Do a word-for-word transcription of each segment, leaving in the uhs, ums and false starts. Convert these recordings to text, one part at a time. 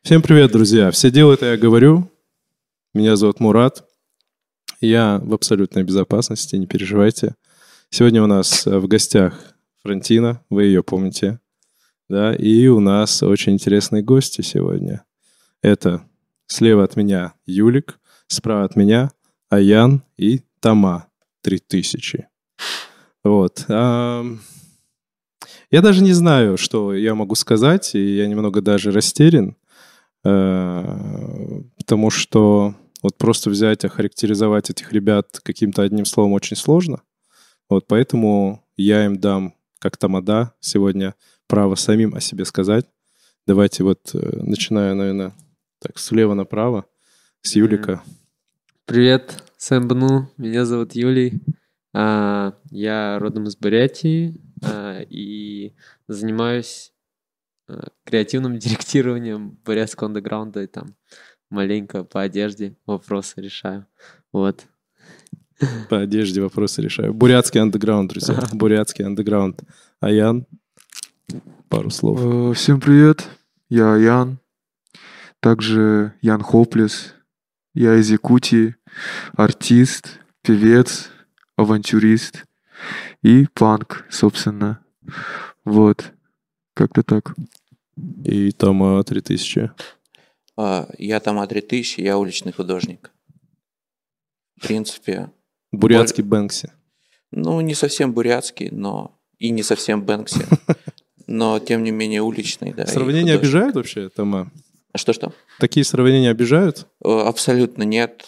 Всем привет, друзья! Все делают, а я говорю. Меня зовут Мурат. Я в абсолютной безопасности, не переживайте. Сегодня у нас в гостях Франтина, вы ее помните. Да? И у нас очень интересные гости сегодня. Это слева от меня Юлик, справа от меня Аян и Тома три тысячи. Вот. Я даже не знаю, что я могу сказать, и я немного даже растерян. Потому что вот просто взять, охарактеризовать этих ребят каким-то одним словом очень сложно. Вот поэтому я им дам, как тамада, сегодня право самим о себе сказать. Давайте вот, начиная, наверное, так, слева направо, с Юлика. Привет, Сэмбну, меня зовут Юлий. Я родом из Бурятии и занимаюсь креативным директированием бурятского андеграунда и там маленько по одежде вопросы решаю. Вот. По одежде вопросы решаю. Бурятский андеграунд, друзья. Ага. Бурятский андеграунд. Аян, пару слов. Всем привет, я Аян. Также Ян Хоплес. Я из Якутии, артист, певец, авантюрист и панк, собственно. Вот, как-то так. И Тома три тысячи. Я Тома три тысячи, я уличный художник. В принципе... Бурятский Бэнкси. Ну, не совсем бурятский, но и не совсем Бэнкси. Но, тем не менее, уличный, да. Сравнения обижают вообще, Тома? Что-что? Такие сравнения обижают? Абсолютно нет.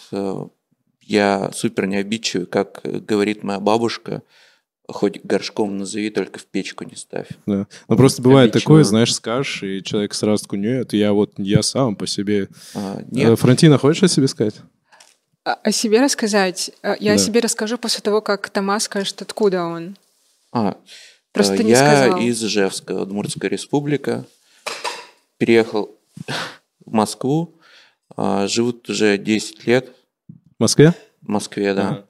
Я супер необидчивый, как говорит моя бабушка. Хоть горшком назови, только в печку не ставь. Да. Ну, вот, просто бывает такое, знаешь, скажешь, и человек сразу такой, нет, я вот, я сам по себе. А, нет. Франтина, хочешь о себе сказать? О, о себе рассказать? Я да. о себе расскажу после того, как Тома скажет, откуда он. А, просто я не сказал. из Ижевска, Удмуртская республика. Переехал в Москву. Живут уже десять лет. В Москве? В Москве, да. Ага.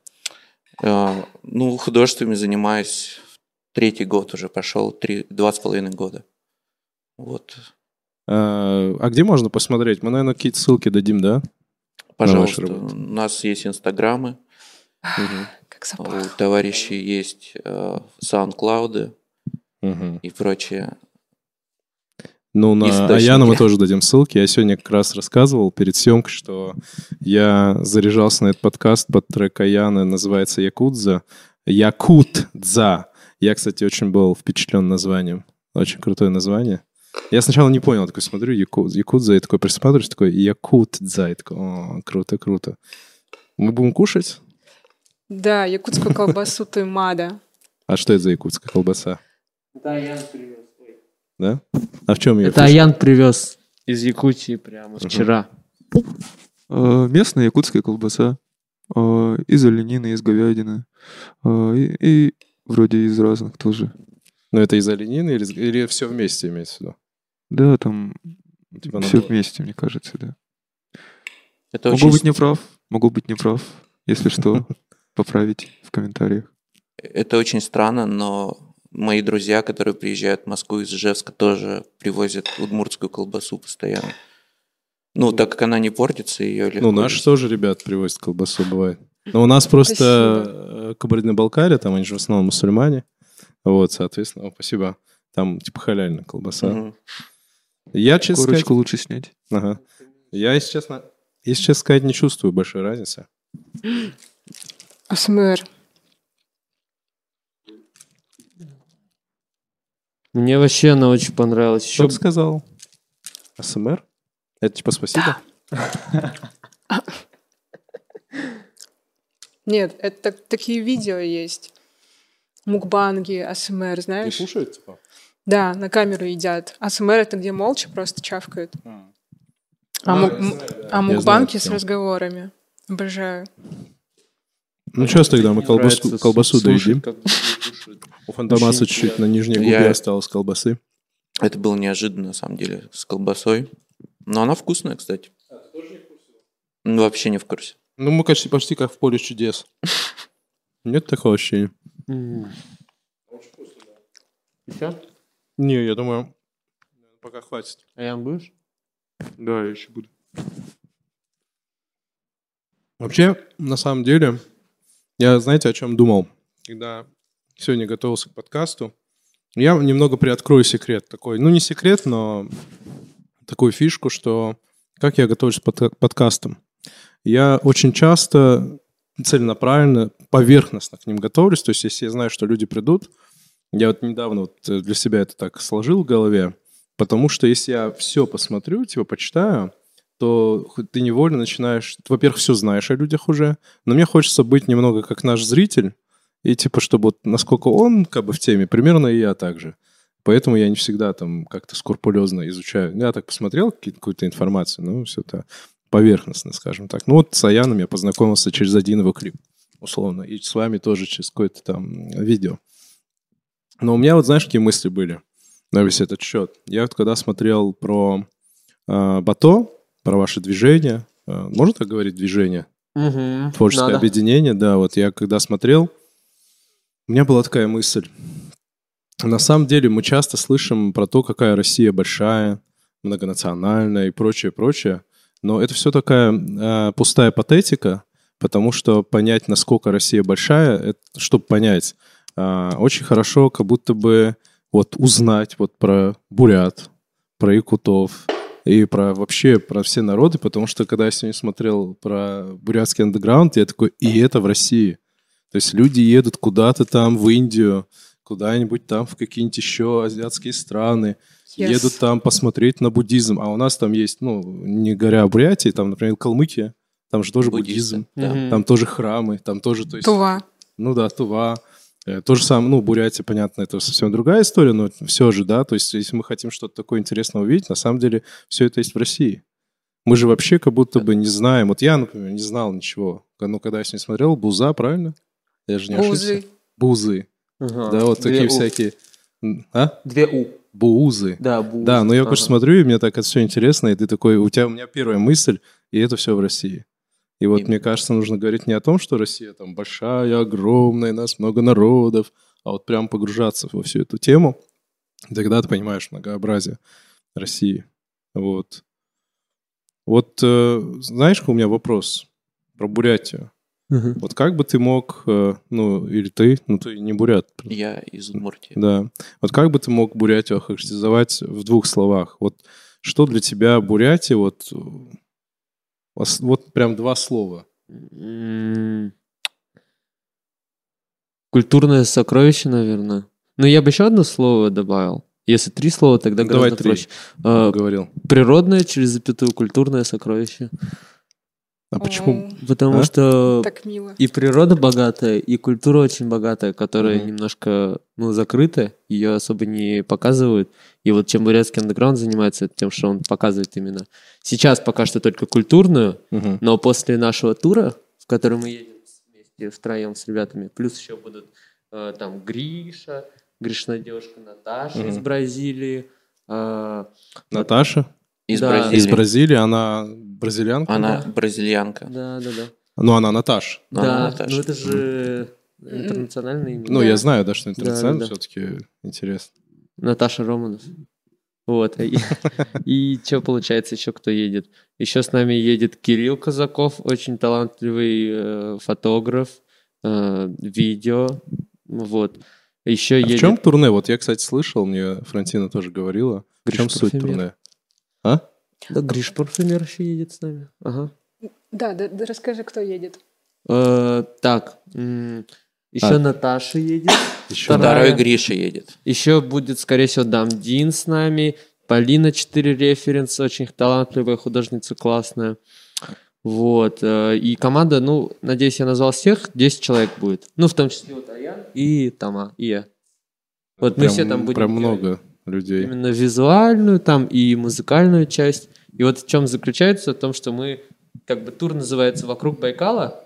Ну, художествами занимаюсь третий год уже пошел, три, два с половиной года. Вот. А, а где можно посмотреть? Мы, наверное, какие-то ссылки дадим, да? Пожалуйста. У нас есть инстаграмы. Как запахло. У товарищей есть SoundCloud угу. и прочее. Ну, на Аяна мы тоже дадим ссылки. Я сегодня как раз рассказывал перед съемкой, что я заряжался на этот подкаст под трек Аяна, называется «Якудза». «Якудза». Я, кстати, очень был впечатлен названием. Очень крутое название. Я сначала не понял, такой смотрю, Якудза, Якудза, и такой присматриваюсь, такой Якудза, и такой, о, круто, круто. Мы будем кушать? Да, якутскую колбасу Туймада. А что это за якутская колбаса? Да, я привез. Да? А в чем ее? Это фишка? Аян привез из Якутии прямо вчера. Uh-huh. Местная якутская колбаса. Из оленины, из говядины. И, и вроде из разных тоже. Ну, это из оленины или, или все вместе имеется в виду? Да, там типа все надо... вместе, мне кажется, да. Это могу очень... быть неправ, могу быть неправ. Если что, поправить в комментариях. Это очень странно, но... Мои друзья, которые приезжают в Москву из Ижевска, тоже привозят удмуртскую колбасу постоянно. Ну, так как она не портится, ее легко... Ну, наши есть. Тоже ребят привозят колбасу, бывает. Но у нас просто Кабардино-Балкария, там они же в основном мусульмане. Вот, соответственно, о, спасибо. Там типа халяльная колбаса. Угу. Я, честно Корочку сказать... лучше снять. Ага. Я, если честно, если честно сказать, не чувствую большой разницы. АСМР. Мне вообще она очень понравилась. Что ты сказал? АСМР? Это типа спасибо? Нет, это такие видео есть. Мукбанги, АСМР, знаешь? И кушают, типа? Да, на камеру едят. АСМР — это где молча просто чавкают. А, а, мук... да. а мукбанги с разговорами. Обожаю. Ну что тогда, мы колбасу, колбасу доедим. У Фантомаса чуть-чуть на нижней губе Я... осталось колбасы. Это было неожиданно, на самом деле, с колбасой. Но она вкусная, кстати. А, ты тоже не в курсе? Ну, вообще не в курсе. Ну, мы почти, почти как в поле чудес. Нет такого ощущения? Очень вкусно, да. Еще? Не, я думаю, пока хватит. Аян будешь? Да, я еще буду. Вообще, на самом деле, я, знаете, о чем думал, когда сегодня готовился к подкасту? Я немного приоткрою секрет такой. Ну, не секрет, но такую фишку, что как я готовлюсь к подкастам. Я очень часто целенаправленно, поверхностно к ним готовлюсь. То есть, если я знаю, что люди придут, я вот недавно вот для себя это так сложил в голове, потому что если я все посмотрю, типа почитаю, то ты невольно начинаешь... Ты, во-первых, все знаешь о людях уже, но мне хочется быть немного как наш зритель, и типа, чтобы вот насколько он как бы в теме, примерно и я также. Поэтому я не всегда там как-то скрупулезно изучаю. Я так посмотрел какую-то информацию, ну, все это поверхностно, скажем так. Ну, вот с Аяном я познакомился через один его клип, условно, и с вами тоже через какое-то там видео. Но у меня вот, знаешь, какие мысли были на весь этот счет? Я вот когда смотрел про э, Бато, про ваше движение, э, можно так говорить, движение? Угу, Творческое надо. объединение, да, вот я когда смотрел, у меня была такая мысль. На самом деле мы часто слышим про то, какая Россия большая, многонациональная и прочее, прочее, но это все такая э, пустая патетика, потому что понять, насколько Россия большая, это, чтобы понять, э, очень хорошо как будто бы вот узнать вот про бурят, про якутов и про вообще про все народы, потому что когда я сегодня смотрел про бурятский андеграунд, я такой, и это в России. То есть люди едут куда-то там в Индию, куда-нибудь там в какие-нибудь еще азиатские страны, yes. едут там посмотреть на буддизм. А у нас там есть, ну, не говоря о Бурятии, там, например, Калмыкия, там же тоже буддизм, да. там тоже храмы, там тоже... То есть, Тува. Ну да, Тува. То же самое, ну, Бурятия, понятно, это совсем другая история, но все же, да, то есть если мы хотим что-то такое интересное увидеть, на самом деле все это есть в России. Мы же вообще как будто бы не знаем. Вот я, например, не знал ничего. Ну, когда я с ним смотрел, Буза, правильно? Я же не Бузы. ошибся. Бузы. Ага. Да, вот Две такие У. всякие... А? Две У. Буузы. Да, Бузы. Да, но я ага. просто смотрю, и мне так это все интересно, и ты такой, у тебя у меня первая мысль, и это все в России. И вот, Именно. Мне кажется, нужно говорить не о том, что Россия там большая, огромная, нас много народов, а вот прям погружаться во всю эту тему, и тогда ты понимаешь многообразие России. Вот. Вот, э, знаешь, у меня вопрос про Бурятию. Uh-huh. Вот как бы ты мог, э, ну, или ты, ну, ты не бурят. Я из Удмуртии. Да. Вот как бы ты мог Бурятию охарактеризовать в двух словах? Вот что для тебя Бурятия, вот, вот прям два слова? Mm. Культурное сокровище, наверное. Ну, я бы еще одно слово добавил. Если три слова, тогда ну, гораздо проще. А, говорил. Природное, через запятую, культурное сокровище. А почему? Потому а? что так мило. И природа богатая, и культура очень богатая, которая mm-hmm. немножко, ну, закрыта, ее особо не показывают. И вот чем бурятский андеграунд занимается, тем, что он показывает именно. Сейчас пока что только культурную, mm-hmm. но после нашего тура, в который мы едем вместе втроем с ребятами, плюс еще будут э, там Гриша, Гришина девушка Наташа mm-hmm. из Бразилии. Э, Наташа? Из да. Бразилии. Из Бразилии, она бразильянка? Она да? бразильянка. Да, да, да. Ну, она Наташа. Да, она Наташа. Ну это же интернациональное имя. Ну, да. я знаю, да, что интернационально, да, да, да. все-таки интересно. Наташа Романов. Вот. И, и что получается, еще кто едет? Еще с нами едет Кирилл Казаков, очень талантливый э, фотограф, э, видео. Вот. Еще а едет... в чем турне? Вот я, кстати, слышал, мне Франтина тоже говорила. Гриш в чем суть турне? А? Да, Гриш Парфюмер еще едет с нами. Ага. Да, да, да расскажи, кто едет. Э, так, м- еще а. Наташа едет. Еще второй Гриша едет. Еще будет, скорее всего, Дамдин с нами. Полина четыре референс, очень талантливая художница, классная. Вот. И команда, ну, надеюсь, я назвал всех, десять человек будет. Ну, в том числе вот Аян и Тома, и я. Вот прям, мы все там будем прям много людей. Именно визуальную там и музыкальную часть. И вот в чем заключается? В том, что мы, как бы, тур называется «Вокруг Байкала»,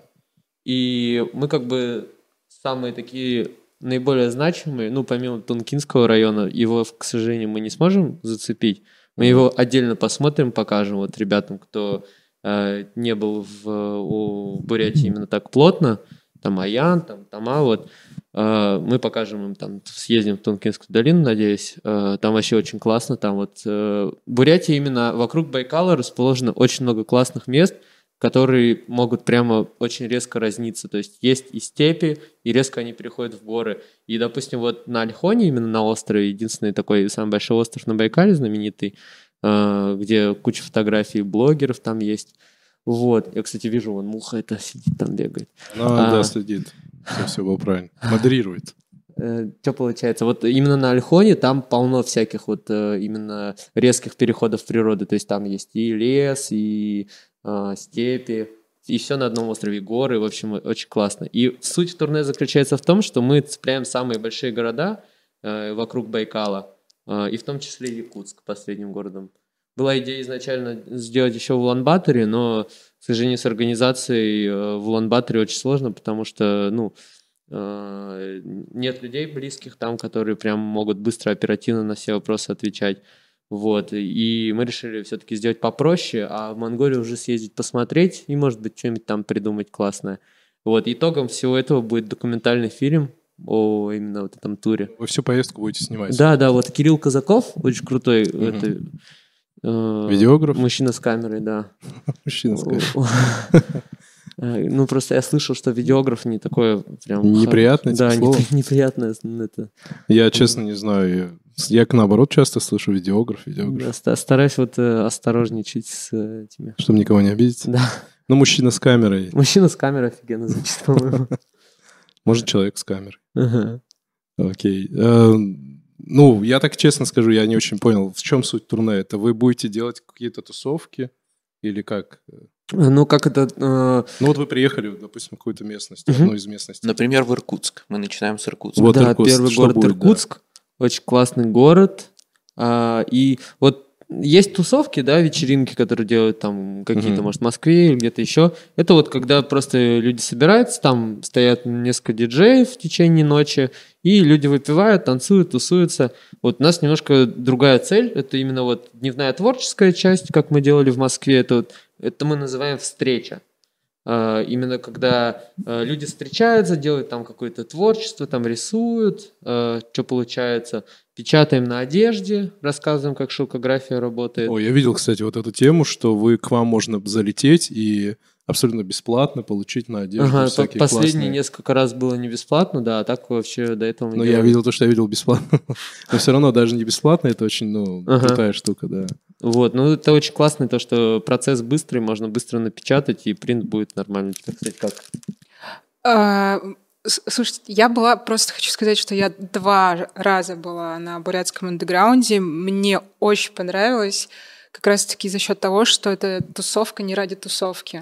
и мы как бы самые такие наиболее значимые, ну, помимо Тункинского района, его, к сожалению, мы не сможем зацепить. Мы его отдельно посмотрим, покажем вот ребятам, кто э, не был в у Бурятии именно так плотно, там Аян, там Тома, вот. Мы покажем им, там, съездим в Тункинскую долину, надеюсь. Там вообще очень классно. Там вот Бурятия именно вокруг Байкала расположено очень много классных мест, которые могут прямо очень резко разниться. То есть есть и степи, и резко они переходят в горы. И, допустим, вот на Ольхоне, именно на острове, единственный такой самый большой остров на Байкале, знаменитый, где куча фотографий блогеров там есть. Вот. Я, кстати, вижу, вон муха это сидит там, бегает. Ну, а, да, следит. Все, все было правильно. Модерирует. Что получается? Вот именно на Ольхоне там полно всяких вот именно резких переходов в природу. То есть там есть и лес, и э, степи, и все на одном острове, и горы. В общем, очень классно. И суть турне заключается в том, что мы цепляем самые большие города э, вокруг Байкала, э, и в том числе Якутск, последним городом. Была идея изначально сделать еще в Улан-Баторе, но, к сожалению, с организацией в Улан-Баторе очень сложно, потому что, ну, нет людей близких там, которые прям могут быстро, оперативно на все вопросы отвечать. Вот. И мы решили все-таки сделать попроще, а в Монголию уже съездить посмотреть и, может быть, что-нибудь там придумать классное. Вот. Итогом всего этого будет документальный фильм о именно вот этом туре. Вы всю поездку будете снимать? Да, да, вот Кирилл Казаков, очень крутой, угу. это... Видеограф? Мужчина с камерой, да. Мужчина с камерой. Ну, просто я слышал, что видеограф не такое прям... Неприятное Да, слово? неприятное. Это... Я, честно, не знаю. Я, наоборот, часто слышу видеограф, видеограф. Да, стараюсь вот осторожничать с этими... Чтобы никого не обидеть? Да. Ну, мужчина с камерой. Мужчина с камерой офигенно звучит, по-моему. Может, человек с камерой. Окей. Ну, я так честно скажу, я не очень понял, в чем суть турне. Это вы будете делать какие-то тусовки или как? Ну, как это... Э... Ну, вот вы приехали, допустим, в какую-то местность, uh-huh. одну из местностей. Например, в Иркутск. Мы начинаем с Иркутска. Вот да, Иркутск. Первый Что город будет, Иркутск. Да? Очень классный город. А, и вот есть тусовки, да, вечеринки, которые делают там какие-то, uh-huh. может, в Москве или где-то еще. Это вот когда просто люди собираются, там стоят несколько диджеев в течение ночи, и люди выпивают, танцуют, тусуются. Вот у нас немножко другая цель. Это именно вот дневная творческая часть, как мы делали в Москве. Это, вот, это мы называем встреча. А, именно когда а, люди встречаются, делают там какое-то творчество, там рисуют, а, что получается. Печатаем на одежде, рассказываем, как шелкография работает. Ой, я видел, кстати, вот эту тему, что вы к вам можно залететь и абсолютно бесплатно получить на одежду ага, всякие последние классные... несколько раз было не бесплатно, да, а так вообще до этого... Ну, я видел то, что я видел бесплатно. Но все равно даже не бесплатно, это очень, ну, ага. крутая штука, да. Вот, ну, это очень классно, то, что процесс быстрый, можно быстро напечатать, и принт будет нормальный. Кстати, как? А, слушайте, я была, просто хочу сказать, что я два раза была на бурятском андеграунде, мне очень понравилось, как раз-таки за счет того, что это тусовка не ради тусовки.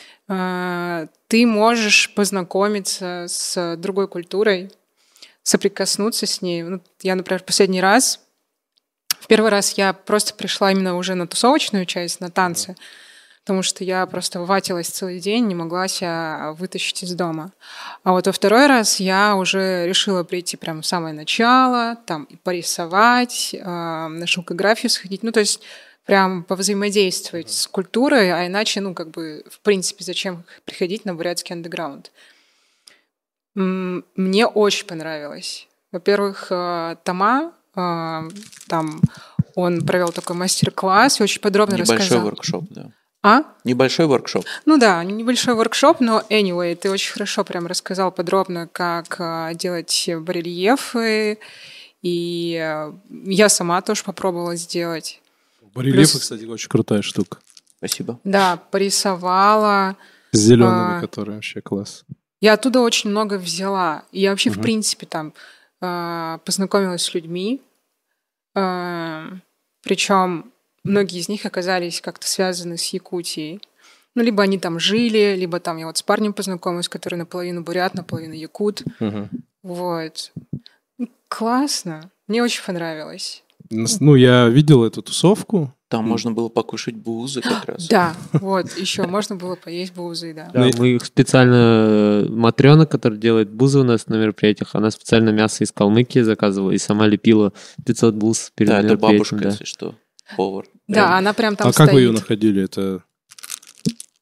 Ты можешь познакомиться с другой культурой, соприкоснуться с ней. Ну, я, например, последний раз, в первый раз я просто пришла именно уже на тусовочную часть, на танцы, потому что я просто ватилась целый день, не могла себя вытащить из дома. А вот во второй раз я уже решила прийти прямо в самое начало, там и порисовать, на шелкографию сходить. Ну, то есть прям повзаимодействовать mm-hmm. с культурой, а иначе, ну, как бы, в принципе, зачем приходить на бурятский андеграунд? Мне очень понравилось. Во-первых, Тома, там, он провел такой мастер-класс и очень подробно Небольшой рассказал. Небольшой воркшоп, да. А? Небольшой воркшоп. Ну да, небольшой воркшоп, но anyway, ты очень хорошо прям рассказал подробно, как делать барельефы, и я сама тоже попробовала сделать. Барельефы, Плюс... кстати, очень крутая штука. Спасибо. Да, порисовала. С зелеными, а... которые вообще класс. Я оттуда очень много взяла. И я вообще, угу. в принципе, там а, познакомилась с людьми. А, причем многие из них оказались как-то связаны с Якутией. Ну, либо они там жили, либо там я вот с парнем познакомилась, который наполовину бурят, наполовину якут. Угу. Вот. Классно. Мне очень понравилось. Ну, я видел эту тусовку. Там можно было покушать бузы как раз. Да, вот, еще можно было поесть бузы, да. Да, мы их специально... Матрена, которая делает бузы у нас на мероприятиях, она специально мясо из Калмыкии заказывала и сама лепила пятьсот буз перед да, мероприятием. Это бабушка, да. если что, повар. Да, прям. она прям там а стоит. А как вы ее находили? Это... В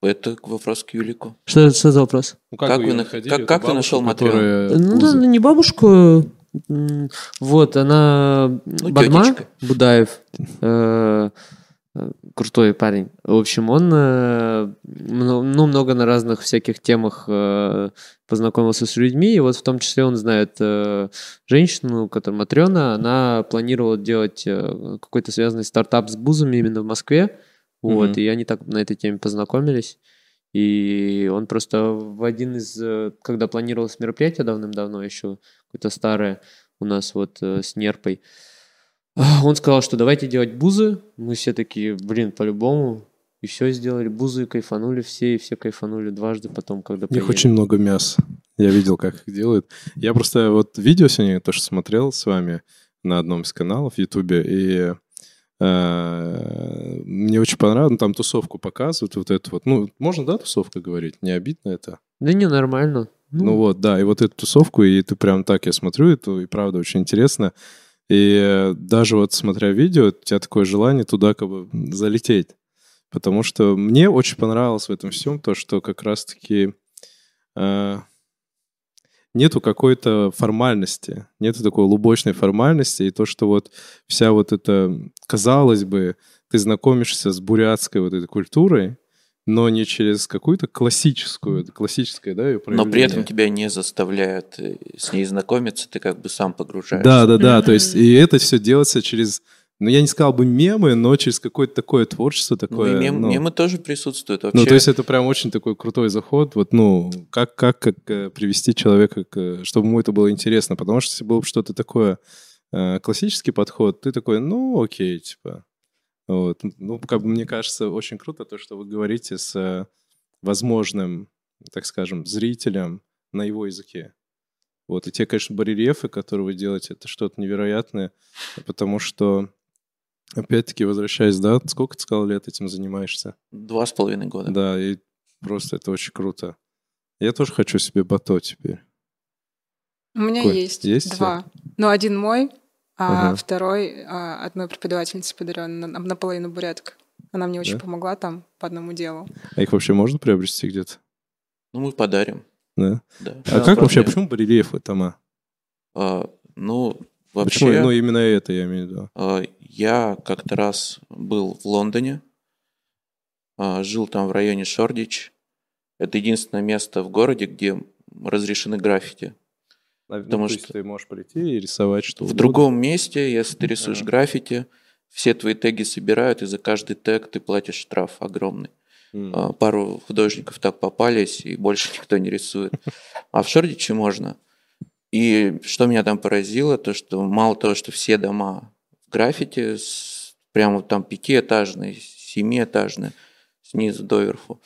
это вопрос к Юлику. Что, что за вопрос? Ну, как как вы находили? Как, как ты нашел Матрёну? Ну, не бабушку. Вот, она... Ну, Бадма тетечка. Будаев. Э, крутой парень. В общем, он э, ну, много на разных всяких темах э, познакомился с людьми, и вот в том числе он знает э, женщину, которая Матрёна, она планировала делать э, какой-то связанный стартап с бузами именно в Москве, вот, mm-hmm. и они так на этой теме познакомились, и он просто в один из, когда планировалось мероприятие давным-давно еще, какое-то старое у нас вот э, с Нерпой, он сказал, что давайте делать бузы. Мы все такие, блин, по-любому. И все сделали. Бузы кайфанули все, и все кайфанули дважды потом, когда приехали. У них очень много мяса. Я видел, как их делают. Я просто вот видео сегодня тоже смотрел с вами на одном из каналов в Ютубе, и э, мне очень понравилось. Ну, там тусовку показывают, вот эту вот. Ну, можно, да, тусовка говорить? Не обидно это? Да не, нормально. Ну, ну вот, да, и вот эту тусовку, и ты прям так, я смотрю, это и правда очень интересно. И даже вот смотря видео, у тебя такое желание туда как бы залететь. Потому что мне очень понравилось в этом всем то, что как раз-таки э, нету какой-то формальности, нету такой лубочной формальности. И то, что вот вся вот эта, казалось бы, ты знакомишься с бурятской вот этой культурой, но не через какую-то классическую, классическое, да, ее проявление. Но при этом тебя не заставляют с ней знакомиться, ты как бы сам погружаешься. Да, да, да, то есть и это все делается через, ну, я не сказал бы мемы, но через какое-то такое творчество, такое... Ну, и мем, ну, мемы тоже присутствуют вообще. Ну, то есть это прям очень такой крутой заход, вот, ну, как, как, как привести человека, к, чтобы ему это было интересно, потому что если было бы что-то такое, э, классический подход, ты такой, ну, окей, типа... Вот. Ну, как бы мне кажется, очень круто то, что вы говорите с возможным, так скажем, зрителем на его языке. Вот. И те, конечно, барельефы, которые вы делаете, это что-то невероятное, потому что, опять-таки, возвращаясь, да, сколько ты сказал лет этим занимаешься? Два с половиной года. Да, и просто это очень круто. Я тоже хочу себе бато теперь. У меня Какой? есть, есть два. Ну, один мой, а ага. второй а, от моей преподавательницы подарен, наполовину бурятка. Она мне очень да? помогла там по одному делу. А их вообще можно приобрести где-то? Ну, мы подарим. Да? Да. А да, как вообще, почему барельефы, Тома? А, ну, вообще... Почему? Ну, именно это я имею в виду. А, я как-то раз был в Лондоне, а, жил там в районе Шордич. Это единственное место в городе, где разрешены граффити. А, Потому ну, что ты можешь прийти и рисовать что в угодно. Другом месте, если ты рисуешь а. граффити, все твои теги собирают, и за каждый тег ты платишь штраф огромный. Mm. Пару художников так попались, и больше никто не рисует. А в Шордиче можно. И что меня там поразило, то что мало того, что все дома в граффити, прямо там пятиэтажные, семиэтажные, снизу доверху,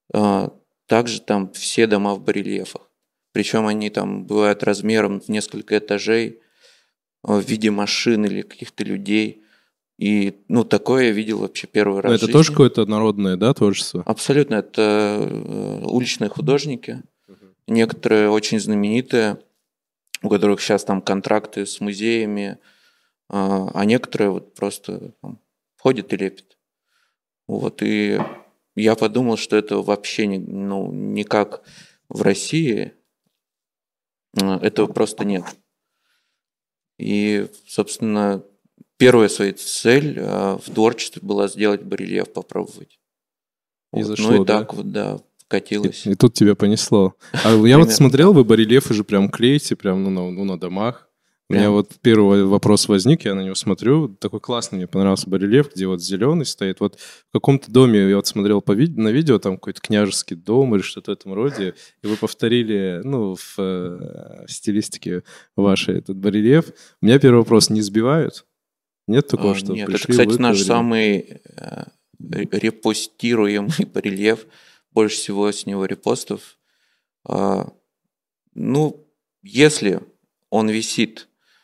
также там все дома в барельефах. Причем они там бывают размером в несколько этажей, в виде машин или каких-то людей. И, ну, такое я видел вообще первый раз в жизни. Это тоже какое-то народное, да, творчество? Абсолютно. Это уличные художники. Uh-huh. Некоторые очень знаменитые, у которых сейчас там контракты с музеями, а некоторые вот просто там, ходят и лепят. Вот. И я подумал, что это вообще не, ну, никак в России... Этого просто нет. И, собственно, первая своя цель в творчестве была сделать барельеф, попробовать. И вот. зашло, ну и да? так вот, да, катилось. И, и тут тебя понесло. А я вот смотрел, вы барельефы же прям клеите, прям ну, на, ну, на домах. У меня вот первый вопрос возник, я на него смотрю, такой классный, мне понравился барельеф, где вот зеленый стоит. Вот в каком-то доме, я вот смотрел по ви- на видео, там какой-то княжеский дом или что-то в этом роде, и вы повторили, ну, в э, стилистике вашей этот барельеф. У меня первый вопрос, не сбивают? Нет такого, а, что нет, пришли, это, кстати, выковырили? наш самый э, репостируемый барельеф, больше всего с него репостов. А, ну, если он висит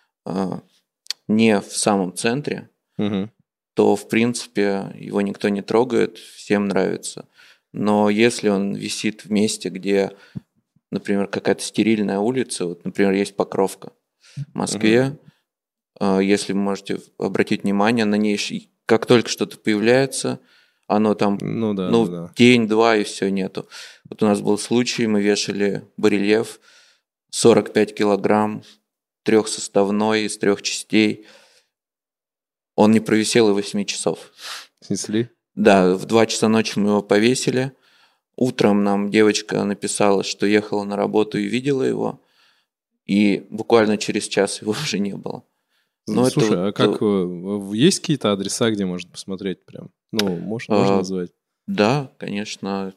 не в самом центре, угу. то, в принципе, его никто не трогает, всем нравится. Но если он висит в месте, где, например, какая-то стерильная улица, вот, например, есть Покровка в Москве, угу. если вы можете обратить внимание, на ней, как только что-то появляется, оно там ну, да, ну, да. день-два и все нету. Вот у нас был случай, мы вешали барельеф сорок пять килограмм, трехсоставной, из трех частей. Он не провисел и восемь часов. Снесли? Да, в два часа ночи мы его повесили. Утром нам девочка написала, что ехала на работу и видела его. И буквально через час его уже не было. Но Слушай, это а вот... как есть какие-то адреса, где можно посмотреть прям? Ну, можно, а, можно назвать? Да, конечно.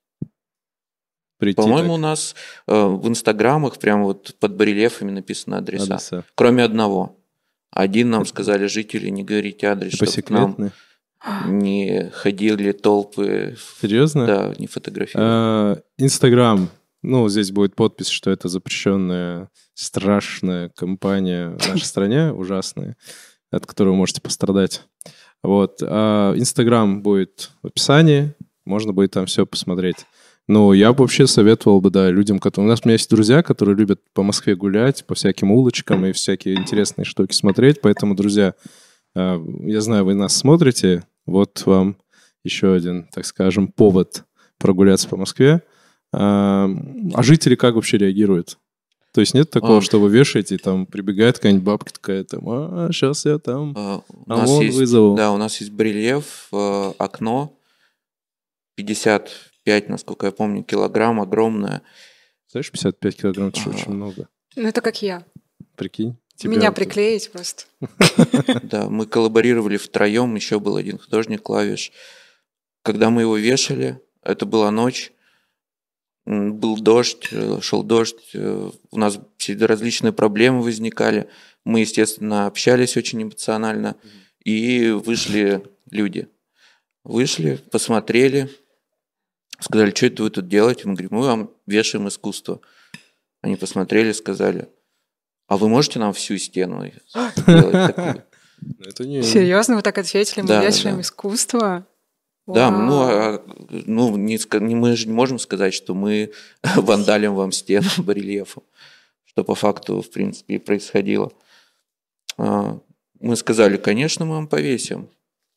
Прийти По-моему, так. у нас э, в инстаграмах прямо вот под барельефами написаны адреса. адреса. Кроме одного. Один нам сказали жители, не говорите адрес, типа чтобы к нам не ходили толпы. Серьезно? Да, не фотографировали. Инстаграм. Ну, здесь будет подпись, что это запрещенная, страшная компания в нашей стране, ужасная, от которой вы можете пострадать. Вот. А Инстаграм будет в описании, можно будет там все посмотреть. Ну, я бы вообще советовал бы, да, людям, которые... У нас у меня есть друзья, которые любят по Москве гулять, по всяким улочкам и всякие интересные штуки смотреть. Поэтому, друзья, я знаю, вы нас смотрите. Вот вам еще один, так скажем, повод прогуляться по Москве. А жители как вообще реагируют? То есть нет такого, а, что вы вешаете, и там прибегает какая-нибудь бабка такая, там, а, сейчас я там а, ОМОН вызову. Да, у нас есть барельеф, окно, пятьдесят пять, насколько я помню, килограмм, огромное. Знаешь, пятьдесят пять килограмм, это же очень много. Ну, это как я. Прикинь. Меня приклеить просто. Да, мы коллаборировали втроем, еще был один художник, клавиш. Когда мы его вешали, это была ночь, был дождь, шел дождь, у нас различные проблемы возникали. Мы, естественно, общались очень эмоционально, и вышли люди. Вышли, посмотрели, сказали, что это вы тут делаете? Мы говорим, мы вам вешаем искусство. Они посмотрели, сказали, а вы можете нам всю стену сделать такую? Серьезно, вы так ответили? Мы вешаем искусство? Да, ну, а, ну не, не, мы же не можем сказать, что мы вандалим вам стену барельефом, что по факту, в принципе, и происходило. А, мы сказали, конечно, мы вам повесим.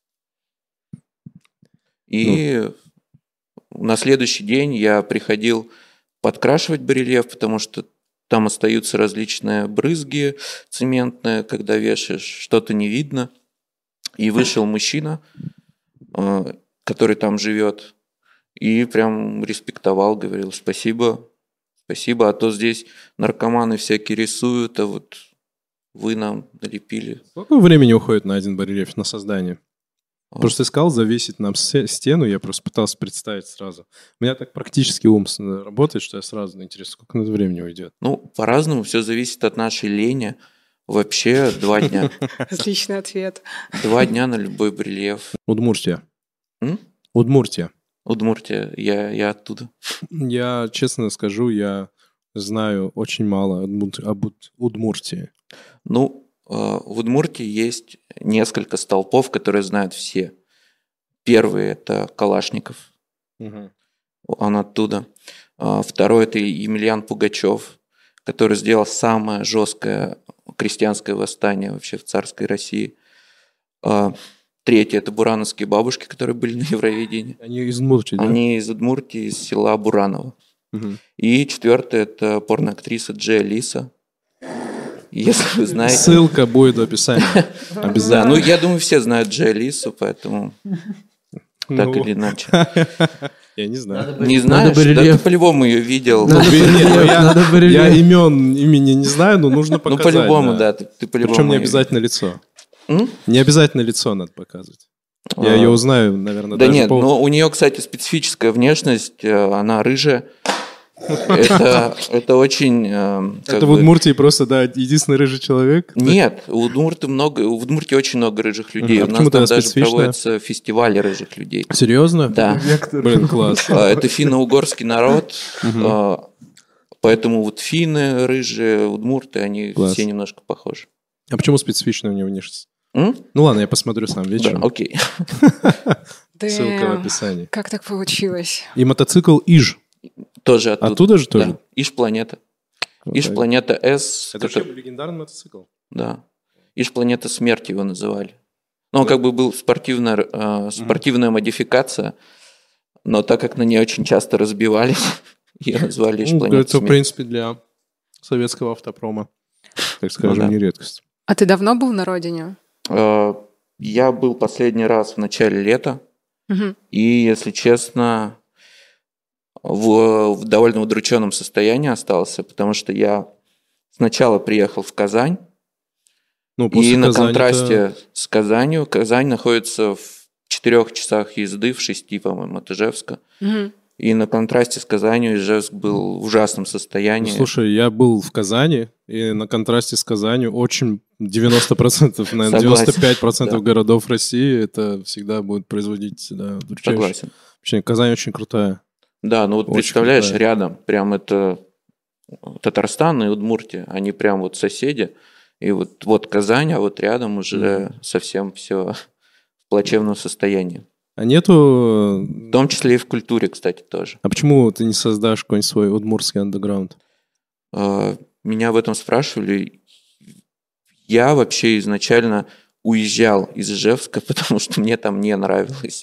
И ну. на следующий день я приходил подкрашивать барельеф, потому что там остаются различные брызги цементные, когда вешаешь, что-то не видно. И вышел мужчина, который там живет, и прям респектовал, говорил, спасибо, спасибо, а то здесь наркоманы всякие рисуют, а вот вы нам налепили. Сколько времени уходит на один барельеф, на создание? А. Просто искал завесить нам стену, я просто пытался представить сразу. У меня так практически ум работает, что я сразу интересно, сколько на это времени уйдет. Ну, по-разному, все зависит от нашей лени. Вообще два дня. Отличный ответ. Два дня на любой барельеф. Удмуртия. М? Удмуртия. Удмуртия, я, я оттуда. Я, честно скажу, я знаю очень мало об Удмуртии. Ну, в Удмуртии есть несколько столпов, которые знают все. Первый – это Калашников. Угу. Он оттуда. Второй – это Емельян Пугачев, который сделал самое жесткое крестьянское восстание вообще в царской России. Третий – это бурановские бабушки, которые были на Евровидении. Они из Удмуртии, да? Они из Удмуртии, из села Бураново. Угу. И четвертый – это порноактриса Джей Лиса. Если вы знаете... Ссылка будет в описании. Обязательно. Да, ну, я думаю, все знают Джей Лису, поэтому так или иначе. Я не знаю. Не знаешь? Да ты по-любому ее видел. Я имен, имени не знаю, но нужно показать. Ну, по-любому, да. Причем не обязательно лицо. Не обязательно лицо надо показывать. Я ее узнаю, наверное, да нет, но у нее, кстати, специфическая внешность, она рыжая. Это, это очень... Это в Удмуртии просто, да, единственный рыжий человек? Нет, у Удмуртии много, у Удмуртии очень много рыжих людей. Uh-huh. У нас там даже проводятся фестивали рыжих людей. Серьезно? Да. Блин, класс. Это финно-угорский народ, uh-huh. Поэтому вот финны, рыжие, удмурты, они класс. Все немножко похожи. А почему специфичная у него внешность? М? Ну ладно, я посмотрю сам вечером. Да, окей. Ссылка в описании. Как так получилось? И мотоцикл Иж. Тоже оттуда. Оттуда же тоже? Да. Иж-планета. Вот Иж-планета С. Это который... вообще легендарный мотоцикл? Да. Иж-планета смерти его называли. Ну, он как бы был спортивная, э, спортивная mm-hmm. модификация, но так как на ней очень часто разбивались, ее назвали лишь «Планета Это, в принципе, для советского автопрома, так скажем, ну, да. не редкость. А ты давно был на родине? Я был последний раз в начале лета, угу. и, если честно, в, в довольно удрученном состоянии остался, потому что я сначала приехал в Казань, ну, и на контрасте с Казанью, Казань находится в четырех часах езды, в шести, по-моему, от Ижевска. Угу. И на контрасте с Казанью Ижевск был в ужасном состоянии. Ну, слушай, я был в Казани, и на контрасте с Казанью очень девяносто процентов, наверное, девяносто пять процентов да. городов России это всегда будет производить, да, удручающе. Согласен. Вообще, Казань очень крутая. Да, ну вот очень представляешь, крутая. Рядом, прям это Татарстан и Удмуртия, они прям вот соседи. И вот, вот Казань, а вот рядом уже mm. совсем все в плачевном состоянии. А нету... В том числе и в культуре, кстати, тоже. А почему ты не создашь какой-нибудь свой удмуртский андеграунд? Меня в этом спрашивали. Я вообще изначально уезжал из Ижевска, потому что мне там не нравилось.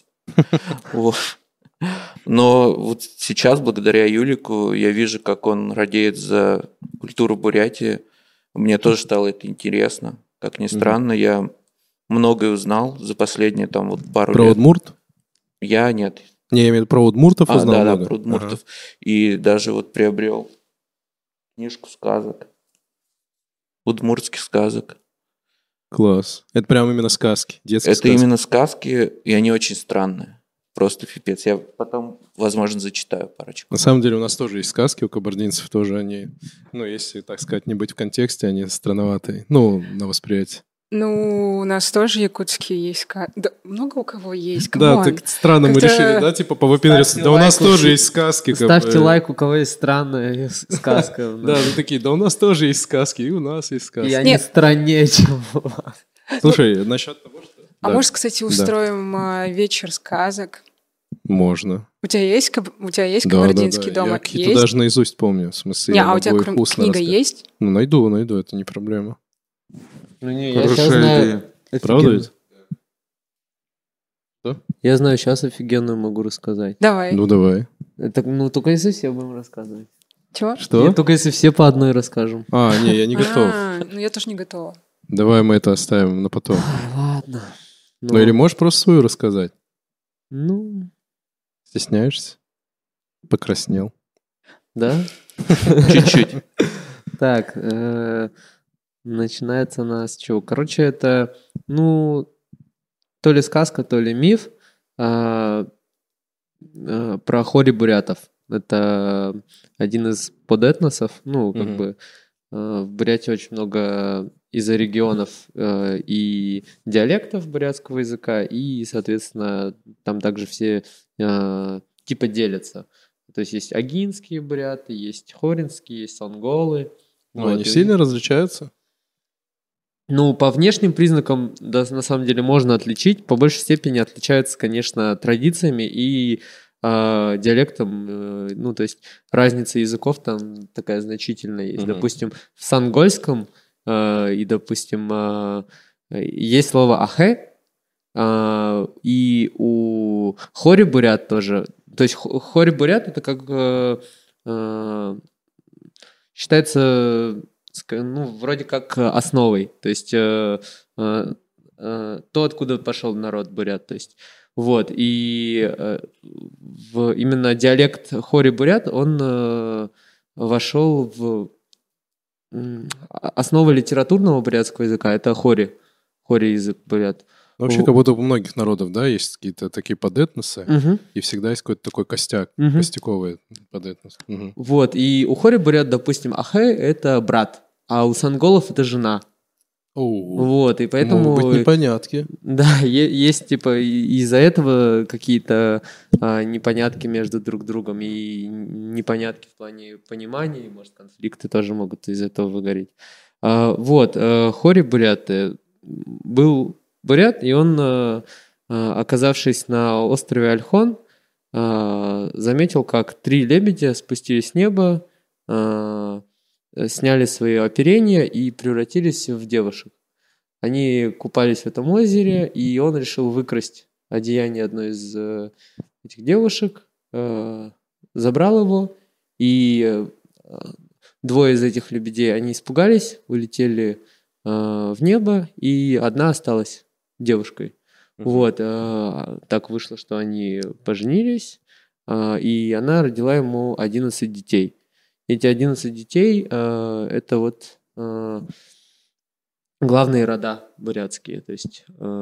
Но вот сейчас, благодаря Юлику, я вижу, как он радеет за культуру Бурятии. Мне тоже стало это интересно. Как ни странно, я многое узнал за последние там вот пару лет. Про удмурт? Я нет. Не, я имею в виду про удмуртов а, узнал да, много? Да, про удмуртов. Ага. И даже вот приобрел книжку сказок. Удмуртских сказок. Класс. Это прям именно сказки, детские Это сказки. именно сказки, и они очень странные. Просто пипец. Я потом, возможно, зачитаю парочку. На самом деле у нас тоже есть сказки, у кабардинцев тоже они, ну, если, так сказать, не быть в контексте, они странноватые. Ну, на восприятие. Ну, у нас тоже якутские есть сказки. Да, много у кого есть. Да, так странно мы решили, да, типа повыпендриться. Да у нас тоже есть сказки. Ставьте лайк, у кого есть странная сказка. Да, ну такие, да у нас тоже есть сказки, и у нас есть сказки. И они страннее, чем у вас. Слушай, насчет того, что... А может, кстати, устроим вечер сказок? Можно. У тебя есть, у тебя есть кабардинский дом? Я какие-то даже наизусть помню. В смысле, не, а у тебя книга есть? Ну, найду, найду, это не проблема. Ну не, я сейчас знаю... Правда ведь? Что? Я знаю, сейчас офигенную могу рассказать. Давай. Ну, давай. Это, ну, только если все будем рассказывать. Чего? Что? Нет, только если все по одной расскажем. А, не, я не готов. Ну, я тоже не готова. Давай мы это оставим на потом. Ладно. Ну, или можешь просто свою рассказать? Ну... Стесняешься? Покраснел. Да? Чуть-чуть. Так, начинается у нас с чего? Короче, это, ну, то ли сказка, то ли миф про хори бурятов. Это один из подэтносов. Ну, как бы в Бурятии очень много из-за регионов и диалектов бурятского языка, и, соответственно, там также все типа делятся. То есть есть агинские буряты, есть хоринские, есть сонголы. Ну, вот. Они и... сильно различаются? Ну, по внешним признакам, да, на самом деле, можно отличить. По большей степени отличаются, конечно, традициями и э, диалектом. Э, ну, то есть разница языков там такая значительная есть. Mm-hmm. Допустим, в сонгольском э, и, допустим, э, есть слово «ахэ», э, и у хори-бурят тоже. То есть хори-бурят — это как... Э, э, считается... ну, вроде как основой, то есть э, э, э, то, откуда пошел народ бурят, то есть вот, и э, в, именно диалект хори-бурят, он э, вошел в э, основу литературного бурятского языка, это хори, хори-язык бурят. Вообще, как будто у многих народов, да, есть какие-то такие подэтносы, угу. и всегда есть какой-то такой костяк, угу. костяковый подэтнос. Угу. Вот, и у хори-бурят, допустим, ахэ — это брат, а у сонголов это жена. Оу. Вот, и поэтому... Могут быть непонятки. Да, есть, типа, из-за этого какие-то а, непонятки между друг другом, и непонятки в плане понимания, и, может, конфликты тоже могут из этого выгореть. А, вот, а, хори-бурят был бурят, и он, а, оказавшись на острове Ольхон, а, заметил, как три лебедя спустились с неба, а, сняли свои оперения и превратились в девушек. Они купались в этом озере, и он решил выкрасть одеяние одной из этих девушек, забрал его, и двое из этих лебедей, они испугались, улетели в небо, и одна осталась девушкой. Uh-huh. Вот, так вышло, что они поженились, и она родила ему одиннадцать детей. Эти одиннадцать детей – это вот главные рода бурятские, то есть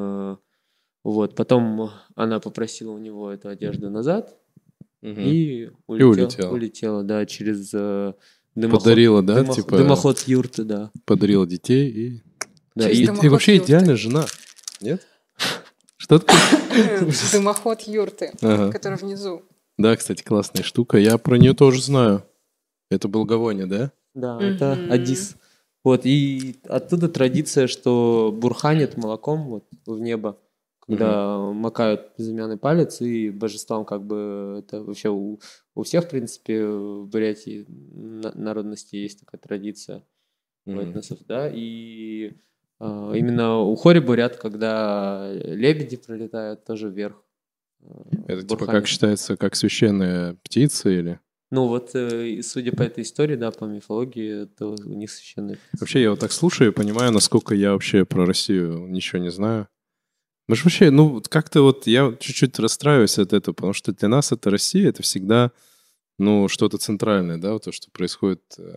вот. Потом она попросила у него эту одежду назад угу. и, улетел, и улетела. улетела, да, через дымоход. Подарила, да, дымоход, типа. Дымоход юрты, да. Подарила детей и. Да, и, и вообще юрты. Идеальная жена, нет? Что такое? Дымоход юрты, который внизу. Да, кстати, классная штука. Я про нее тоже знаю. Это благовоние, да? Да, это Адис. Вот, и оттуда традиция, что бурханят молоком вот в небо, когда угу. макают безымянный палец, и божествам как бы это вообще у, у всех, в принципе, в Бурятии народности есть такая традиция угу. этносов, да, и а, именно у хори бурят, когда лебеди пролетают тоже вверх. Это типа как считается, как священная птица или... Ну вот, э, судя по этой истории, да, по мифологии, это у них священная птица. Вообще, я вот так слушаю и понимаю, насколько я вообще про Россию ничего не знаю. Мы же вообще, ну, как-то вот я чуть-чуть расстраиваюсь от этого, потому что для нас это Россия, это всегда, ну, что-то центральное, да, вот то, что происходит.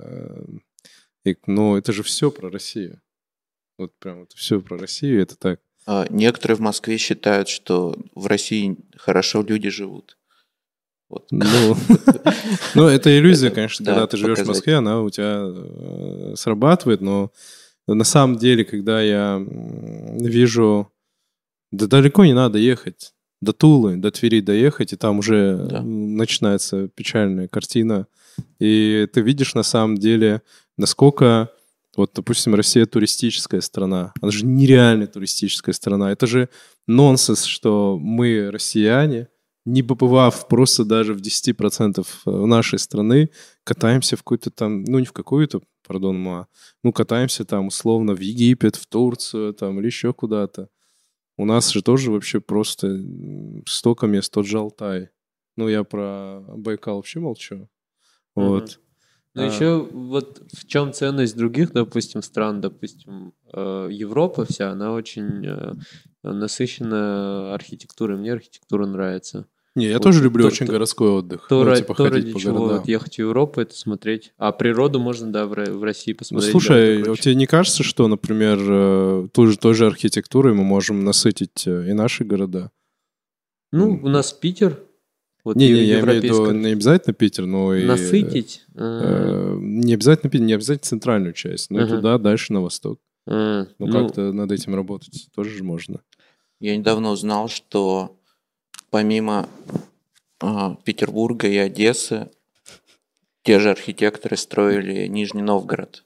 И, ну, это же все про Россию. Вот прям вот все про Россию, это так. А некоторые в Москве считают, что в России хорошо люди живут. Вот. Ну, ну, это иллюзия, конечно, когда да, ты живешь показать. В Москве, она у тебя э, срабатывает, но на самом деле, когда я вижу, да далеко не надо ехать, до Тулы, до Твери доехать, и там уже да. начинается печальная картина, и ты видишь на самом деле, насколько, вот, допустим, Россия туристическая страна, она же нереально туристическая страна, это же нонсенс, что мы, россияне, не побывав просто даже в десяти процентах нашей страны, катаемся в какую-то там, ну не в какую-то, пардон, ма, ну катаемся там условно в Египет, в Турцию там или еще куда-то. У нас же тоже вообще просто столько мест, тот же Алтай. Ну я про Байкал вообще молчу. Вот. Mm-hmm. Ну а... еще вот в чем ценность других, допустим, стран, допустим, Европа вся, она очень насыщена архитектурой. Мне архитектура нравится. Не, я вот, тоже люблю то, очень то, городской отдых. То, ну, типа, то ради по чего вот ехать в Европу, это смотреть. А природу можно, да, в, в России посмотреть. Ну, слушай, да, тебе не кажется, что, например, той же, той же архитектурой мы можем насытить и наши города? Ну, у нас Питер. Вот не, не, я имею в виду не обязательно Питер, но и... Насытить? Э, не обязательно Питер, не обязательно центральную часть, но uh-huh. и туда, дальше на восток. Uh-huh. Ну, как-то над этим работать тоже же можно. Я недавно узнал, что помимо а, Петербурга и Одессы, те же архитекторы строили Нижний Новгород.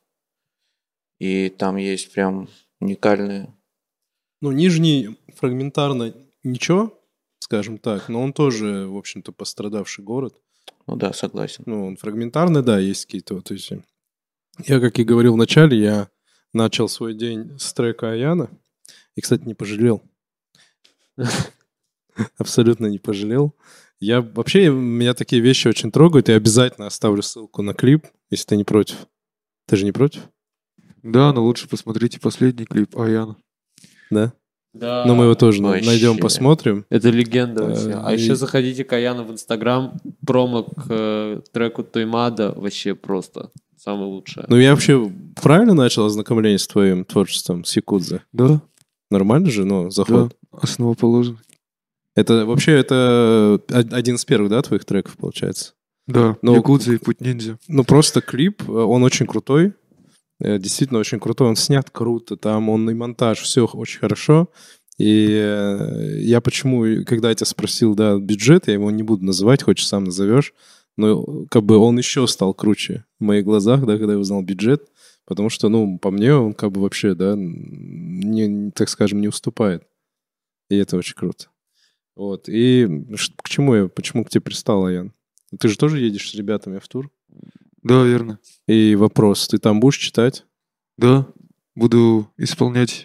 И там есть прям уникальные... Ну, Нижний фрагментарно ничего, скажем так, но он тоже, в общем-то, пострадавший город. Ну да, согласен. Ну, он фрагментарный, да, есть какие-то вот эти... Я, как и говорил в начале, я начал свой день с трека Аяна. И, кстати, не пожалел. Абсолютно не пожалел. Я вообще, меня такие вещи очень трогают. Я обязательно оставлю ссылку на клип, если ты не против. Ты же не против? Да, но лучше посмотрите последний клип Аяна. Да? Да. Но мы его тоже вообще найдем, посмотрим. Это легенда вообще. А, а и... еще заходите к Аяну в Инстаграм. Промо к э, треку Тоймада вообще просто самое лучшее. Ну я вообще правильно начал ознакомление с твоим творчеством, с Якудзы? Да. Нормально же, ну, заход? Да, основоположен. Это вообще это один из первых, да, твоих треков, получается? Да, но, Якудза и Путь ниндзя. Ну, просто клип, он очень крутой. Действительно очень крутой. Он снят круто. Там он и монтаж, все очень хорошо. И я почему, когда я тебя спросил, да, бюджет, я его не буду называть, хоть сам назовешь, но как бы он еще стал круче в моих глазах, да, когда я узнал бюджет. Потому что, ну, по мне, он как бы вообще, да, не, так скажем, не уступает. И это очень круто. Вот. И к чему я, почему к тебе пристал, Аян? Ты же тоже едешь с ребятами в тур? Да, верно. И вопрос, ты там будешь читать? Да, буду исполнять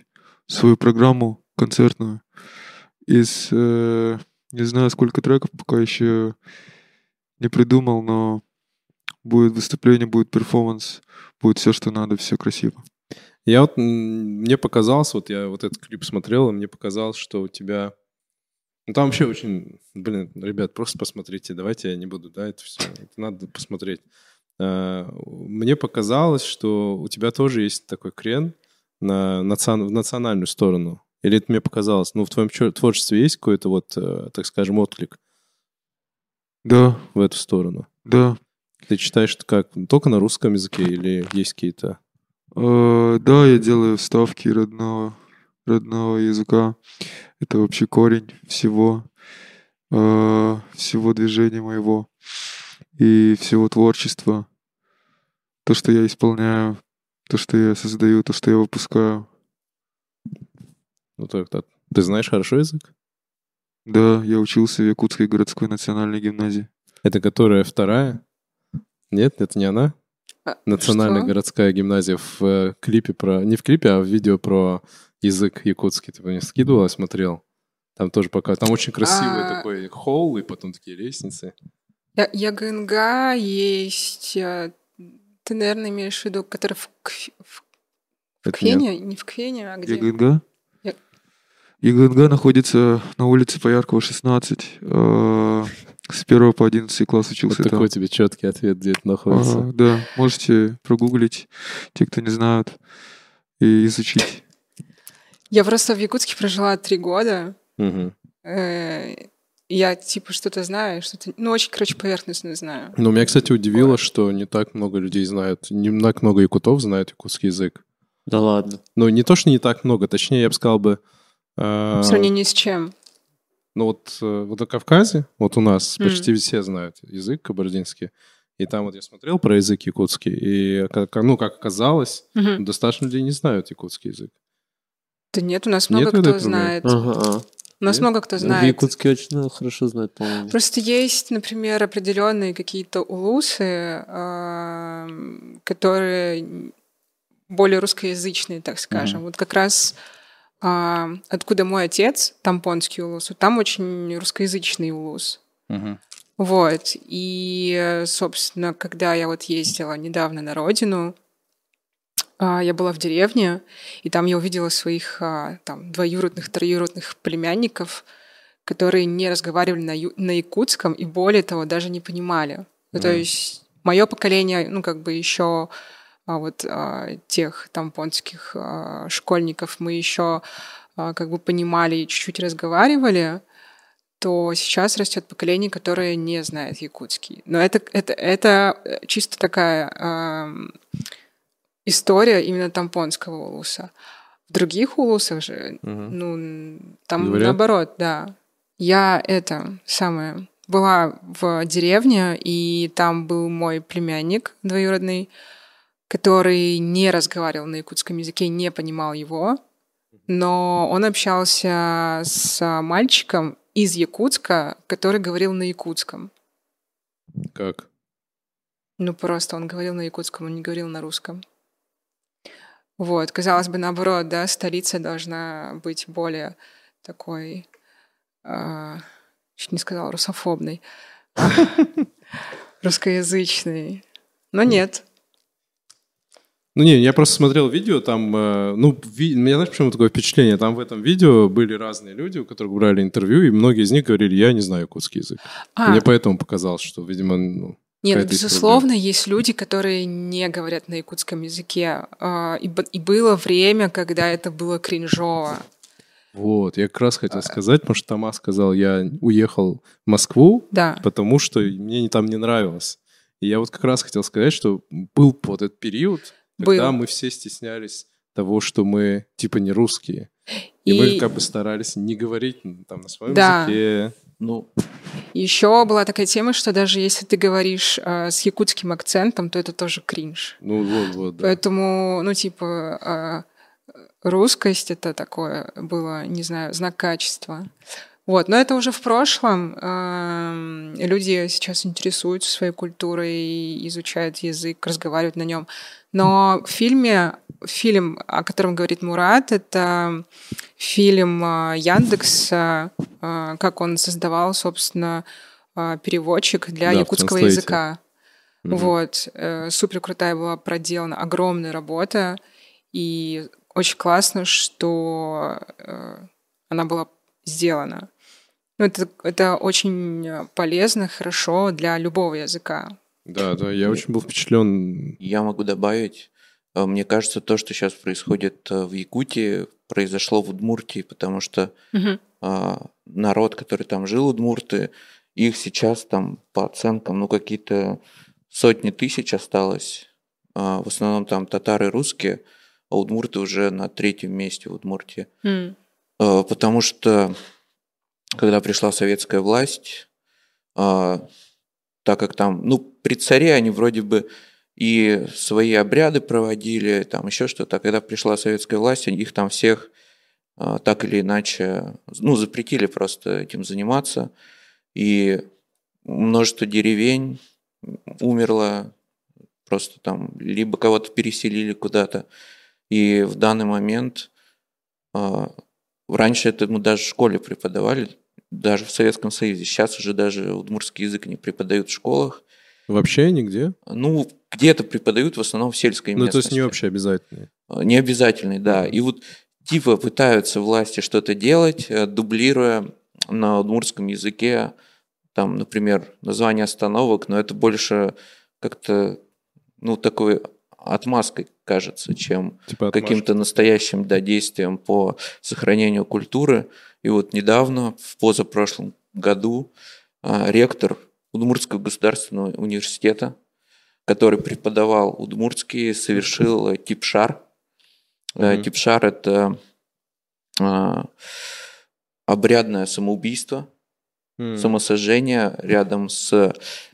свою программу концертную из, э, не знаю, сколько треков, пока еще не придумал, но будет выступление, будет перформанс, будет все, что надо, все красиво. Я вот, мне показалось, вот я вот этот клип смотрел, и мне показалось, что у тебя... Ну, там вообще очень... Блин, ребят, просто посмотрите, давайте я не буду, да, это все, это надо посмотреть. Мне показалось, что у тебя тоже есть такой крен на национ... в национальную сторону. Или это мне показалось? Ну, в твоем творчестве есть какой-то вот, так скажем, отклик? Да. В эту сторону? Да. Ты читаешь как? Только на русском языке или есть какие-то... Uh, да, я делаю вставки родного, родного языка. Это вообще корень всего, uh, всего движения моего и всего творчества. То, что я исполняю, то, что я создаю, то, что я выпускаю. Ну так, так. Ты знаешь хорошо язык? Да, я учился в Якутской городской национальной гимназии. Это которая вторая? Нет, это не она? Национальная что? Городская гимназия в э, клипе про... Не в клипе, а в видео про язык якутский. Ты мне скидывал, я смотрел. Там тоже пока... Там очень красивый а... такой холл, и потом такие лестницы. Я, Ягынга есть... Ты, наверное, имеешь в виду, который в, в, в Квене? Не в Квене, а где? Ягынга? Я... Ягынга находится на улице Пояркова, шестнадцать. Э- С первого по одиннадцатый класс учился вот там. Такой тебе четкий ответ, где это находится. А, да, можете прогуглить, те, кто не знают, и изучить. Я просто в Якутске прожила три года. Угу. Я типа что-то знаю, что-то, ну, очень, короче, поверхностно знаю. Но меня, кстати, удивило, вот. Что не так много людей знают, не так много якутов знают якутский язык. Да ладно. Ну, не то, что не так много, точнее, я бы сказал бы... В сравнении с чем? Ну вот, вот на Кавказе, вот у нас mm. почти все знают язык кабардинский. И там вот я смотрел про язык якутский, и, ну, как оказалось, mm-hmm. достаточно людей не знают якутский язык. Да нет, у нас много нет кто знает. Ага. У нас нет? много кто знает. В Якутске очень ну, хорошо знают, по-моему. Просто есть, например, определенные какие-то улусы, которые более русскоязычные, так скажем. Mm-hmm. Вот как раз... А, откуда мой отец, Тампонский улус, там очень русскоязычный улус. Uh-huh. Вот. И, собственно, когда я вот ездила недавно на родину, а, я была в деревне, и там я увидела своих а, там, двоюродных, троюродных племянников, которые не разговаривали на, ю- на якутском и, более того, даже не понимали. Uh-huh. Ну, то есть мое поколение, ну, как бы еще... А вот а, тех тампонских а, школьников мы еще а, как бы понимали и чуть-чуть разговаривали, то сейчас растет поколение, которое не знает якутский. Но это, это, это чисто такая а, история именно тампонского улуса. В других улусах же, угу. ну, там Говорят? наоборот, да. Я это самое... Была в деревне, и там был мой племянник двоюродный, который не разговаривал на якутском языке, не понимал его, но он общался с мальчиком из Якутска, который говорил на якутском. Как? Ну, просто он говорил на якутском, он не говорил на русском. Вот, казалось бы, наоборот, да, столица должна быть более такой, э, чуть не сказала, русофобной, русскоязычной. Но нет. Ну не, я просто смотрел видео, там, э, ну, ви, у меня, знаешь, почему такое впечатление? Там в этом видео были разные люди, у которых брали интервью, и многие из них говорили, я не знаю якутский язык. А. Мне поэтому показалось, что, видимо, ну... Нет, безусловно, есть люди, которые не говорят на якутском языке. Э, и, и было время, когда это было кринжово. Вот, я как раз хотел сказать, потому что Тома сказал, я уехал в Москву, да. потому что мне там не нравилось. И я вот как раз хотел сказать, что был вот этот период, когда Был. мы все стеснялись того, что мы типа не русские. И, и мы как бы старались не говорить там на своем да. языке. Ну. Еще была такая тема, что даже если ты говоришь э, с якутским акцентом, то это тоже кринж. Ну вот, вот, да. Поэтому, ну типа, э, русскость — это такое было, не знаю, знак качества. Вот, но это уже в прошлом. Эм, Люди сейчас интересуются своей культурой, изучают язык, разговаривают на нем. Но в фильме, фильм, о котором говорит Мурат, это фильм э, Яндекса, э, как он создавал, собственно, э, переводчик для Да, в якутского Translate. языка. Мгм. Вот, э, супер крутая была проделана, огромная работа, и очень классно, что э, она была сделана. Ну, это, это очень полезно, хорошо для любого языка. Да, да, я очень был впечатлен. Я могу добавить, э, мне кажется, то, что сейчас происходит э, в Якутии, произошло в Удмуртии, потому что Мгм. а, народ, который там жил, удмурты, их сейчас там по оценкам, ну, какие-то сотни тысяч осталось. А, в основном там татары русские, а удмурты уже на третьем месте в Удмуртии. М. А, потому что, когда пришла советская власть, а, так как там, ну, при царе они вроде бы и свои обряды проводили, там еще что-то. А когда пришла советская власть, их там всех а, так или иначе, ну, запретили просто этим заниматься. И множество деревень умерло, просто там, либо кого-то переселили куда-то. И в данный момент, а, раньше это мы даже в школе преподавали, даже в Советском Союзе. Сейчас уже даже удмуртский язык не преподают в школах. Вообще нигде? Ну, где-то преподают, в основном в сельской Ну, то местности. есть не вообще обязательно. Не обязательный, да. И вот типа пытаются власти что-то делать, э, дублируя на удмуртском языке, там, например, название остановок, но это больше как-то, ну, такой отмазкой кажется, чем Типа отмашки. каким-то настоящим, да, действием по сохранению культуры. И вот недавно, в позапрошлом году, а, ректор Удмуртского государственного университета, который преподавал удмуртский, совершил э, типшар. Э, Мгм. Типшар – это а, обрядное самоубийство, М. самосожжение рядом с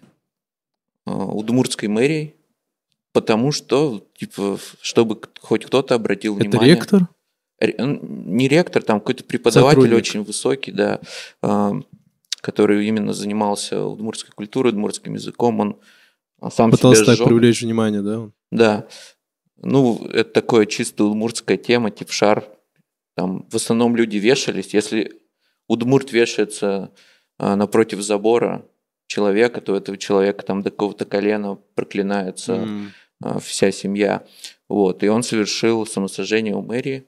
а, удмуртской мэрией, потому что, типа, чтобы к- хоть кто-то обратил Это внимание. ректор? Ре- н- Не ректор, там какой-то преподаватель Сотрудник. очень высокий, да, а, который именно занимался удмуртской культурой, удмуртским языком. Он а, сам Пытался себя так сжег. привлечь внимание, да? он? Да. Ну, это такое чисто удмуртская тема, типшар. Там в основном люди вешались. Если удмурт вешается а, напротив забора человека, то этого человека там до какого-то колена проклинается М. а, вся семья. Вот. И он совершил самосожжение у мэрии,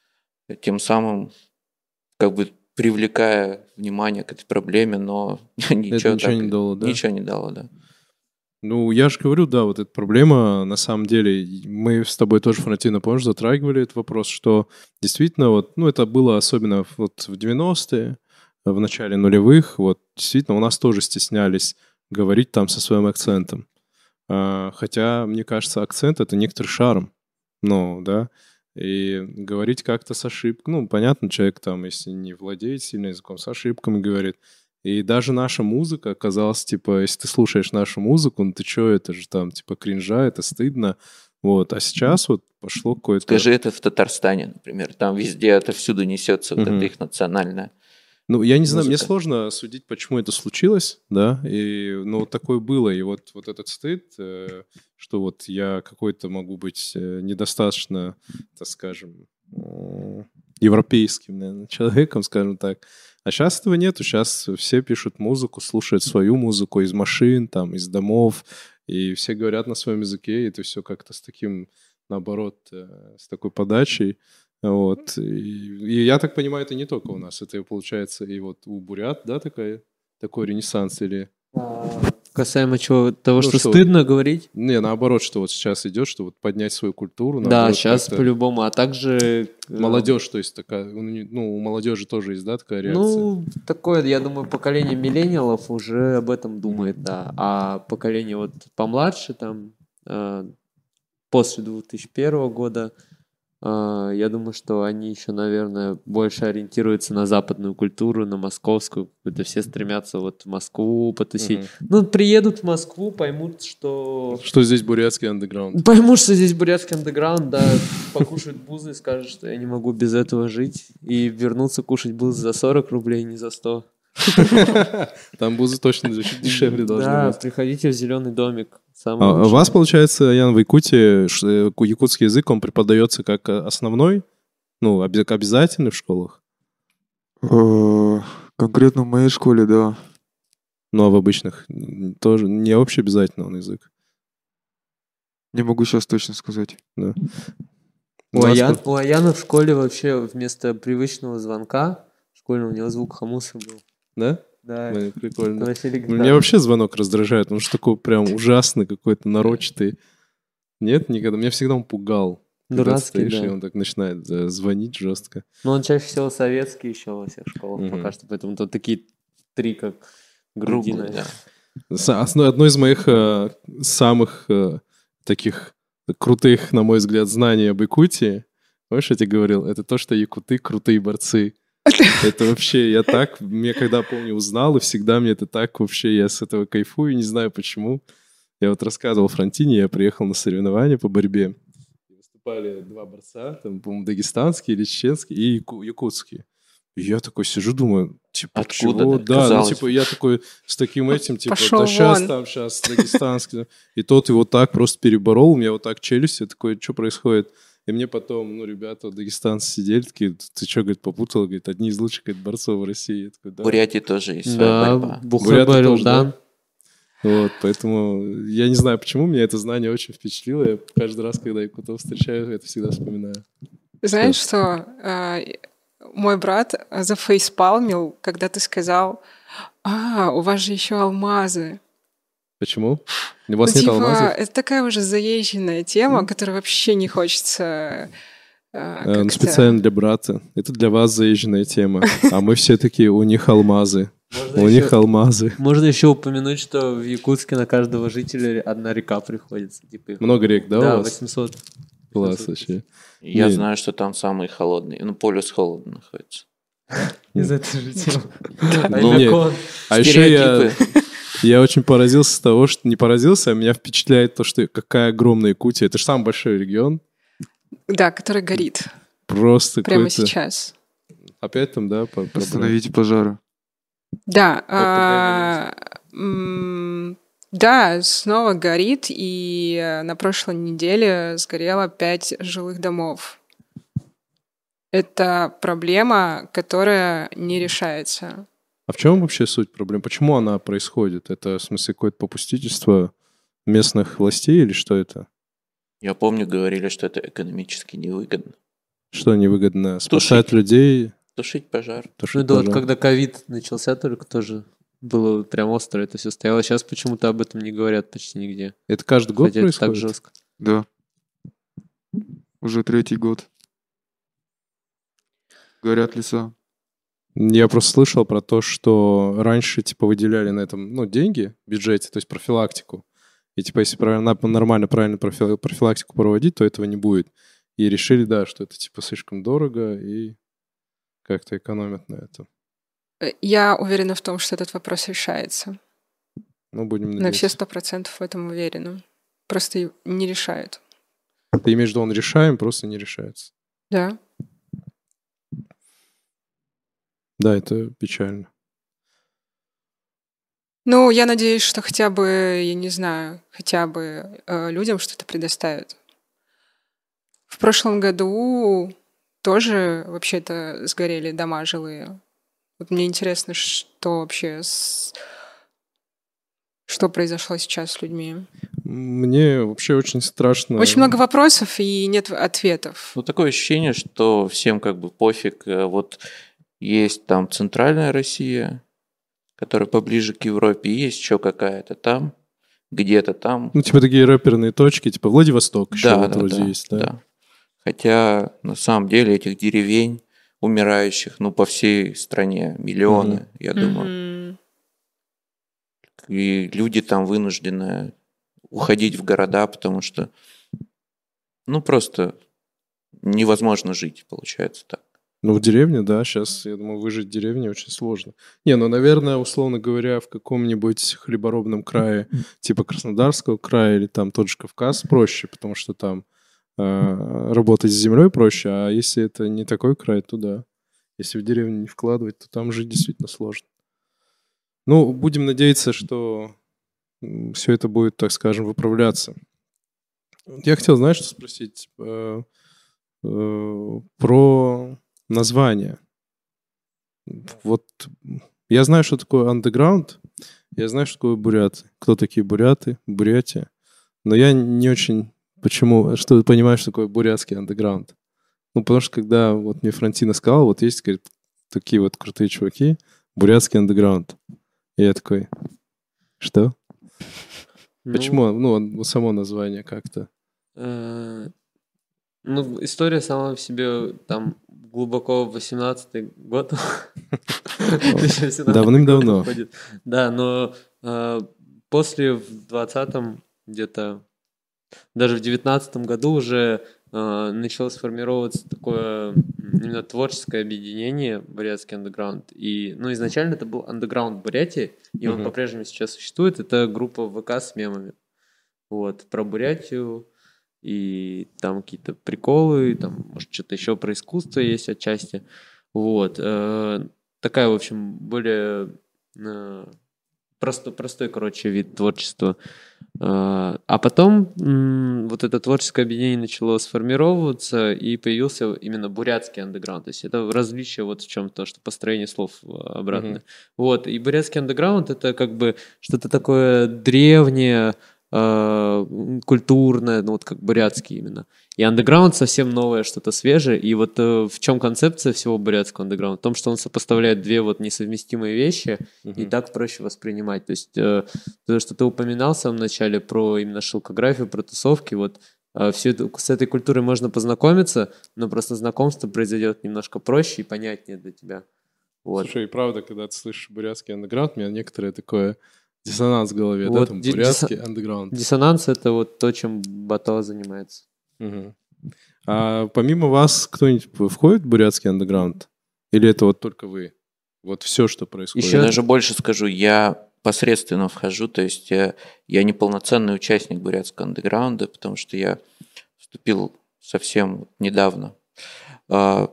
тем самым как бы привлекая внимание к этой проблеме, но ничего, Это ничего так не и- дало, да? ничего не дало, да. Ну, я же говорю, да, вот эта проблема, на самом деле, и мы с тобой тоже, Франтина, помнишь, затрагивали этот вопрос, что действительно, вот, ну, это было особенно в- вот в девяностые, в начале нулевых, вот, действительно, у нас тоже стеснялись говорить там со своим акцентом. А, хотя, мне кажется, акцент — это некоторый шарм, ну, да, и говорить как-то с ошибкой, ну, понятно, человек там, если не владеет сильно языком, с ошибками говорит. И даже наша музыка оказалась, типа, если ты слушаешь нашу музыку, ну ты чё, это же там, типа, кринжа, это стыдно. Вот. А сейчас вот пошло какое-то... Скажи это в Татарстане, например. Там везде, отовсюду несется вот Мгм. это их национальное. Ну, я не знаю, мне музыка. сложно судить, почему это случилось, да, и, ну, вот такое было, и вот, вот этот стыд, э, что вот я какой-то могу быть э, недостаточно, так скажем, э, европейским, наверное, человеком, скажем так. А сейчас этого нету, сейчас все пишут музыку, слушают свою музыку из машин, там, из домов, и все говорят на своем языке, и это все как-то с таким, наоборот, э, с такой подачей. Вот. И, и я так понимаю, это не только у нас, это получается и вот у бурят, да, такая, такой ренессанс или... Касаемо чего, того, Ну, что, что- стыдно говорить. Не, наоборот, что вот сейчас идет, что вот поднять свою культуру. Да, наоборот, сейчас как-то по-любому, а также... э, Молодежь, то есть такая, ну, не- ну, у молодежи тоже есть, да, такая реакция? Ну, такое, я думаю, поколение миллениалов уже об этом думает, да. А поколение вот помладше, там, э, после две тысячи первого года, А, Я думаю, что они еще, наверное, больше ориентируются на западную культуру, на московскую. Это все стремятся вот в Москву потусить. Мгм. Ну, приедут в Москву, поймут, что... Что здесь бурятский андеграунд? Поймут, что здесь бурятский андеграунд, да, покушают бузы, скажут, что я не могу без этого жить. И вернуться кушать бузы за сорок рублей, не за сто. Там бузы точно чуть дешевле должны Да, быть. приходите в зеленый домик. Самый А у лучший. вас, получается, Ян, в Якутии ш- э, ку- якутский язык, он преподается как э, основной, ну, обе- обязательный в школах, Э, Конкретно в моей школе, да. но а в обычных м, тоже не общеобязательный он язык. Не могу сейчас точно сказать. Да. У, У нас Аян- по- у Аяна в школе вообще вместо привычного звонка школьного у него звук хамуса был. Да? Да, Блин, это прикольно. вообще Меня легендарно. вообще звонок раздражает, он же такой прям ужасный какой-то, нарочатый. Нет, никогда. Меня всегда он пугал. Когда ты Дурацкий, стоишь, да. и он так начинает э, звонить жестко. Но он чаще всего советский еще во всех школах Мгм. пока что, поэтому тут такие три, как грудина. Круглый, да. С- Одно, одно из моих э, самых э, таких крутых, на мой взгляд, знаний об Якутии, помнишь, я тебе говорил, это то, что якуты крутые борцы. Это вообще, я так, мне когда, помню, узнал, и всегда мне это так вообще, я с этого кайфую, не знаю почему. Я вот рассказывал Фронтине, я приехал на соревнования по борьбе. И выступали два борца, там, по-моему, дагестанский или чеченский, и яку- якутский. И я такой сижу, думаю, типа, Откуда, чего? да? Да, ну, Казалось типа, бы. я такой с таким этим, типа, Пошел да сейчас вон. там, сейчас дагестанский. И тот его так просто переборол, у меня вот так челюсть, я такой, что происходит? И мне потом, ну, ребята, дагестанцы сидели, такие, ты что, говорит, попутал? Говорит, одни из лучших, говорит, борцов в России. Я такой, В да. Бурятии тоже есть своя Да, борьба. Бухар Буряты тоже, Барилдан. Вот, поэтому я не знаю, почему меня это знание очень впечатлило. Я каждый раз, когда якутов встречаю, это всегда вспоминаю. Знаешь что? А, Мой брат зафейспалмил, когда ты сказал, а, у вас же еще алмазы. Почему? У вас Ну, нет типа, алмазов? это такая уже заезженная тема, которую вообще не хочется а, Э, ну, как-то- специально для брата. Это для вас заезженная тема. А мы все такие, у них алмазы. Можно У еще- них алмазы. Можно еще упомянуть, что в Якутске на каждого жителя одна река приходится. Типа их- Много рек, да, Да, у вас? восемьсот. Класс вообще. Я Не. знаю, что там самый холодный. Ну, полюс холодно находится. Из этой же темы. Ну, Аймакон. А еще я, Стереотипы. я очень поразился с того, что не поразился, а меня впечатляет то, что какая огромная Якутия. Это же самый большой регион. Да, который горит Просто прямо какой-то... сейчас. Опять там, да? по- проблема. Остановите пожары. Да, а, м, да, снова горит, и э, на прошлой неделе сгорело пять жилых домов. Это проблема, которая не решается. А в чем вообще суть проблем? Почему она происходит? Это, в смысле, какое-то попустительство местных властей или что это? Я помню, говорили, что это экономически невыгодно. Что невыгодно? Спасать людей? Тушить пожар. Ну Тушить да, вот пожар? когда ковид начался, только тоже было прям остро это все стояло. Сейчас почему-то об этом не говорят почти нигде. Это каждый год Хотя это так происходит? жестко. Да. Уже третий год. Горят леса. Я просто слышал про то, что раньше, типа, выделяли на этом, ну, деньги в бюджете, то есть профилактику. И, типа, если правильно, нормально, правильно профи- профилактику проводить, то этого не будет. И решили, да, что это, типа, слишком дорого и как-то экономят на этом. Э, Я уверена в том, что этот вопрос решается. Ну, будем На все надеяться. сто процентов в этом уверена. Просто и- не решают. Ты имеешь в виду, он решаем, просто не решается. Да. Да, это печально. Ну, я надеюсь, что хотя бы, я не знаю, хотя бы э, людям что-то предоставят. В прошлом году тоже вообще-то сгорели дома жилые. Вот мне интересно, что вообще с... что произошло сейчас с людьми. Мне вообще очень страшно. Очень много вопросов и нет ответов. Ну, такое ощущение, что всем как бы пофиг. Э, Вот есть там центральная Россия, которая поближе к Европе, и есть еще какая-то там, где-то там. Ну, типа такие рэперные точки, типа Владивосток еще Да, вот да, вроде да, есть, да? да. Хотя на самом деле этих деревень умирающих, ну, по всей стране миллионы, Мгм. я думаю. Мгм. И люди там вынуждены уходить в города, потому что, ну, просто невозможно жить, получается так. Ну, в деревне, да, сейчас, я думаю, выжить в деревне очень сложно. Не, ну, наверное, условно говоря, в каком-нибудь хлеборобном крае, типа Краснодарского края или там тот же Кавказ проще, потому что там э, работать с землей проще, а если это не такой край, то да. Если в деревню не вкладывать, то там жить действительно сложно. Ну, будем надеяться, что все это будет, так скажем, выправляться. Я хотел, знаешь, что спросить э, э, про название. Вот я знаю, что такое андеграунд, я знаю, что такое буряты. Кто такие буряты, Бурятия. Но я не очень, почему, что понимаю, что такое бурятский андеграунд. Ну, потому что когда вот мне Франтина сказала, вот есть, говорит, такие вот крутые чуваки, бурятский андеграунд. И я такой, что? Ну, Почему? Ну, само название как-то. э, Ну, история сама в себе там глубоко в восемнадцатый год. Давным-давно. Да, но э, после в двадцатом где-то, даже в девятнадцатом году уже э, начало сформироваться такое именно творческое объединение бурятский андеграунд. И, ну, изначально это был андеграунд Бурятии, и он Мгм. по-прежнему сейчас существует. Это группа ВК с мемами. Вот, про Бурятию. И там какие-то приколы, там, может, что-то еще про искусство есть отчасти. Вот. э, Такая, в общем, более э, просто, простой, короче, вид творчества. Э, А потом м, вот это творческое объединение начало сформировываться, и появился именно бурятский андеграунд. То есть это различие вот в чем то, что построение слов э, обратное. Мгм. Вот. И бурятский андеграунд — это как бы что-то такое древнее, э, культурное, ну вот как бурятский именно. И андеграунд совсем новое, что-то свежее. И вот э, в чем концепция всего бурятского андеграунда? В том, что он сопоставляет две вот несовместимые вещи, и Мгм. так так проще воспринимать. То есть э, то, что ты упоминал в самом начале про именно шелкографию, про тусовки, вот э, всё это- с этой культурой можно познакомиться, но просто знакомство произойдет немножко проще и понятнее для тебя. Вот. Слушай, и правда, когда ты слышишь бурятский андеграунд, у меня некоторое такое диссонанс в голове, да, Вот там ди- бурятский андеграунд. Диссонанс — это вот то, чем Бато занимается. Мгм. А помимо вас кто-нибудь входит в бурятский андеграунд? Или это вот только вы? Вот все, что происходит. Ещё- Я даже больше скажу, я посредственно вхожу, то есть я, я не полноценный участник бурятского андеграунда, потому что я вступил совсем недавно. А,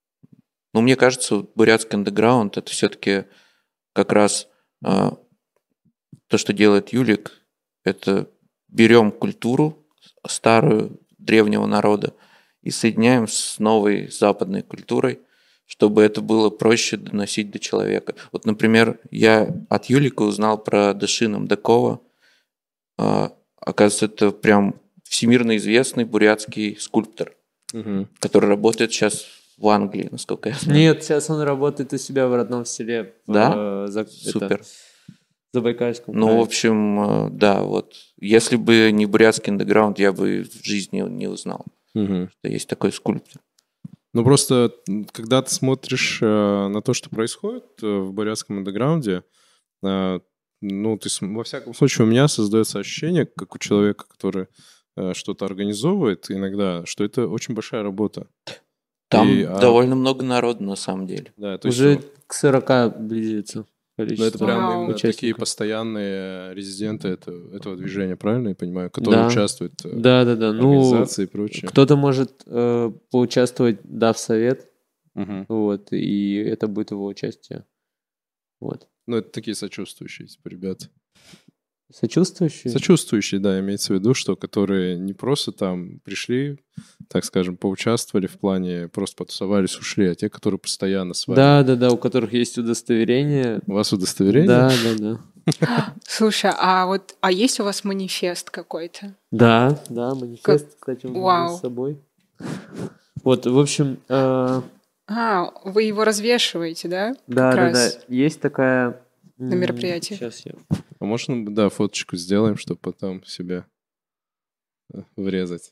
Но мне кажется, вот бурятский андеграунд это все-таки как раз а, то, что делает Юлик, это берем культуру старую древнего народа и соединяем с новой западной культурой, чтобы это было проще доносить до человека. Вот, например, я от Юлика узнал про Дашина Мдакова. А, Оказывается, это прям всемирно известный бурятский скульптор, Мгм. который работает сейчас в Англии, насколько я знаю. Нет, сейчас он работает у себя в родном селе. в, Да? э, за- это, Супер. Забайкальском Ну, крае. в общем, э, да, вот. Если бы не бурятский андеграунд, я бы в жизни не узнал, Мгм. что есть такой скульптор. Ну, просто, м, когда ты смотришь э, на то, что происходит э, в бурятском андеграунде, э, ну, ты, см- во всяком случае, у меня создается ощущение, как у человека, который э, что-то организовывает иногда, что это очень большая работа. Там И, а, довольно много народу, на самом деле. Да, то есть, Уже вот, к сорока близится ну, это количество прям Вау. именно такие участников. постоянные резиденты этого, этого движения, правильно я понимаю, которые Да. участвуют э, Да, да, да. в Ну, организации и прочее. кто-то может э, поучаствовать, дав совет, Мгм. вот, и это будет его участие. Вот. Ну, это такие сочувствующие, типа, ребята. Сочувствующий? Сочувствующие, да, имеется в виду, что которые не просто там пришли, так скажем, поучаствовали в плане, просто потусовались, ушли, а те, которые постоянно с вами. Да, да, да, у которых есть удостоверение. У вас удостоверение? Да, да, да. Слушай, а вот, а есть у вас манифест какой-то? Да, да, манифест, кстати, у меня Вау. есть с собой. Вот, в общем, э, А, вы его развешиваете, да? да, Как да, раз да, есть такая... на мероприятии. Сейчас я... А можно, да, фоточку сделаем, чтобы потом себе э, врезать?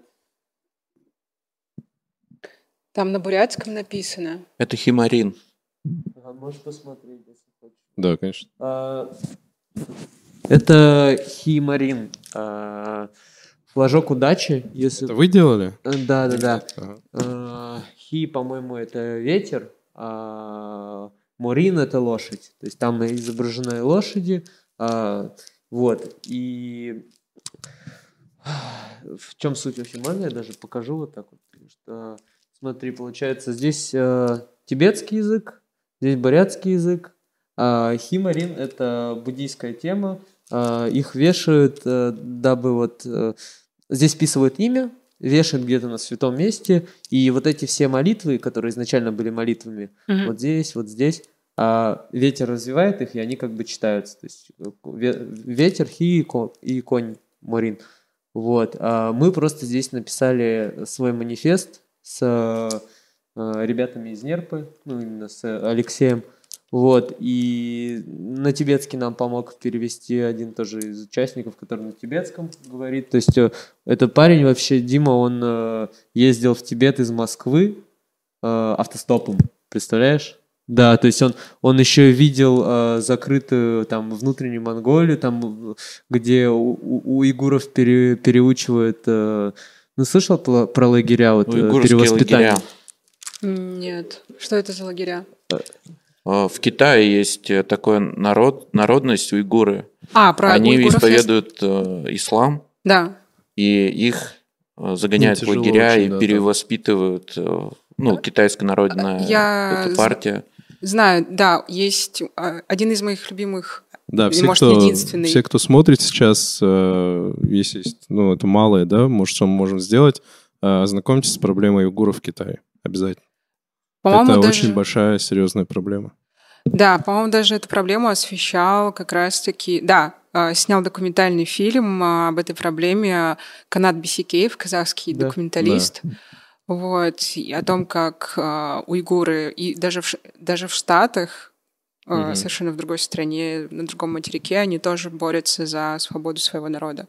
Там на бурятском написано. Это химарин. Ага, можешь посмотреть, если хочешь. Да, конечно. А, Это химарин. А, флажок удачи. Если... Это вы делали? Да, да, да. Ага. Хи, по-моему, это ветер, а Морин — это лошадь. То есть там изображены лошади. А, вот. И в чем суть вообще? Можно я даже покажу вот так вот? Потому что, смотри, получается, здесь а, тибетский язык, здесь бурятский язык. А Хи, Морин — это буддийская тема. А, их вешают, а, дабы вот... А, здесь вписывают имя, вешают где-то на святом месте, и вот эти все молитвы, которые изначально были молитвами, mm-hmm. вот здесь, вот здесь, а ветер развивает их, и они как бы читаются. То есть ветер, хи и конь, Морин. Вот. А мы просто здесь написали свой манифест с а, ребятами из Нерпы, ну именно с Алексеем. Вот, и на тибетский нам помог перевести один тоже из участников, который на тибетском говорит. То есть этот парень вообще, Дима, он ездил в Тибет из Москвы автостопом, представляешь? Да, то есть он, он еще видел э, закрытую там внутреннюю Монголию, там, где у, у уйгуров пере, переучивают... Э, ну, слышал про, про лагеря, вот, перевоспитания? Лагеря. Нет. Что это за лагеря? В Китае есть такая народ, народность уйгуры. А, про Они уйгуров исповедуют я... ислам. Да. И их загоняют ну, в лагеря очень, и да, перевоспитывают. Ну, китайская народная я эта партия. Знаю, да, есть один из моих любимых, да, или, все, может, кто, единственный. Все, кто смотрит сейчас, если есть, ну, это малое, да, может, что мы можем сделать, ознакомьтесь с проблемой уйгуров в Китае. Обязательно. По-моему, это даже... очень большая, серьезная проблема. Да, по-моему, даже эту проблему освещал как раз-таки... Да, снял документальный фильм об этой проблеме Канат Бисикеев, казахский да, документалист. Да. Вот, и о том, как э, уйгуры, и даже в, даже в Штатах, э, угу. совершенно в другой стране, на другом материке, они тоже борются за свободу своего народа.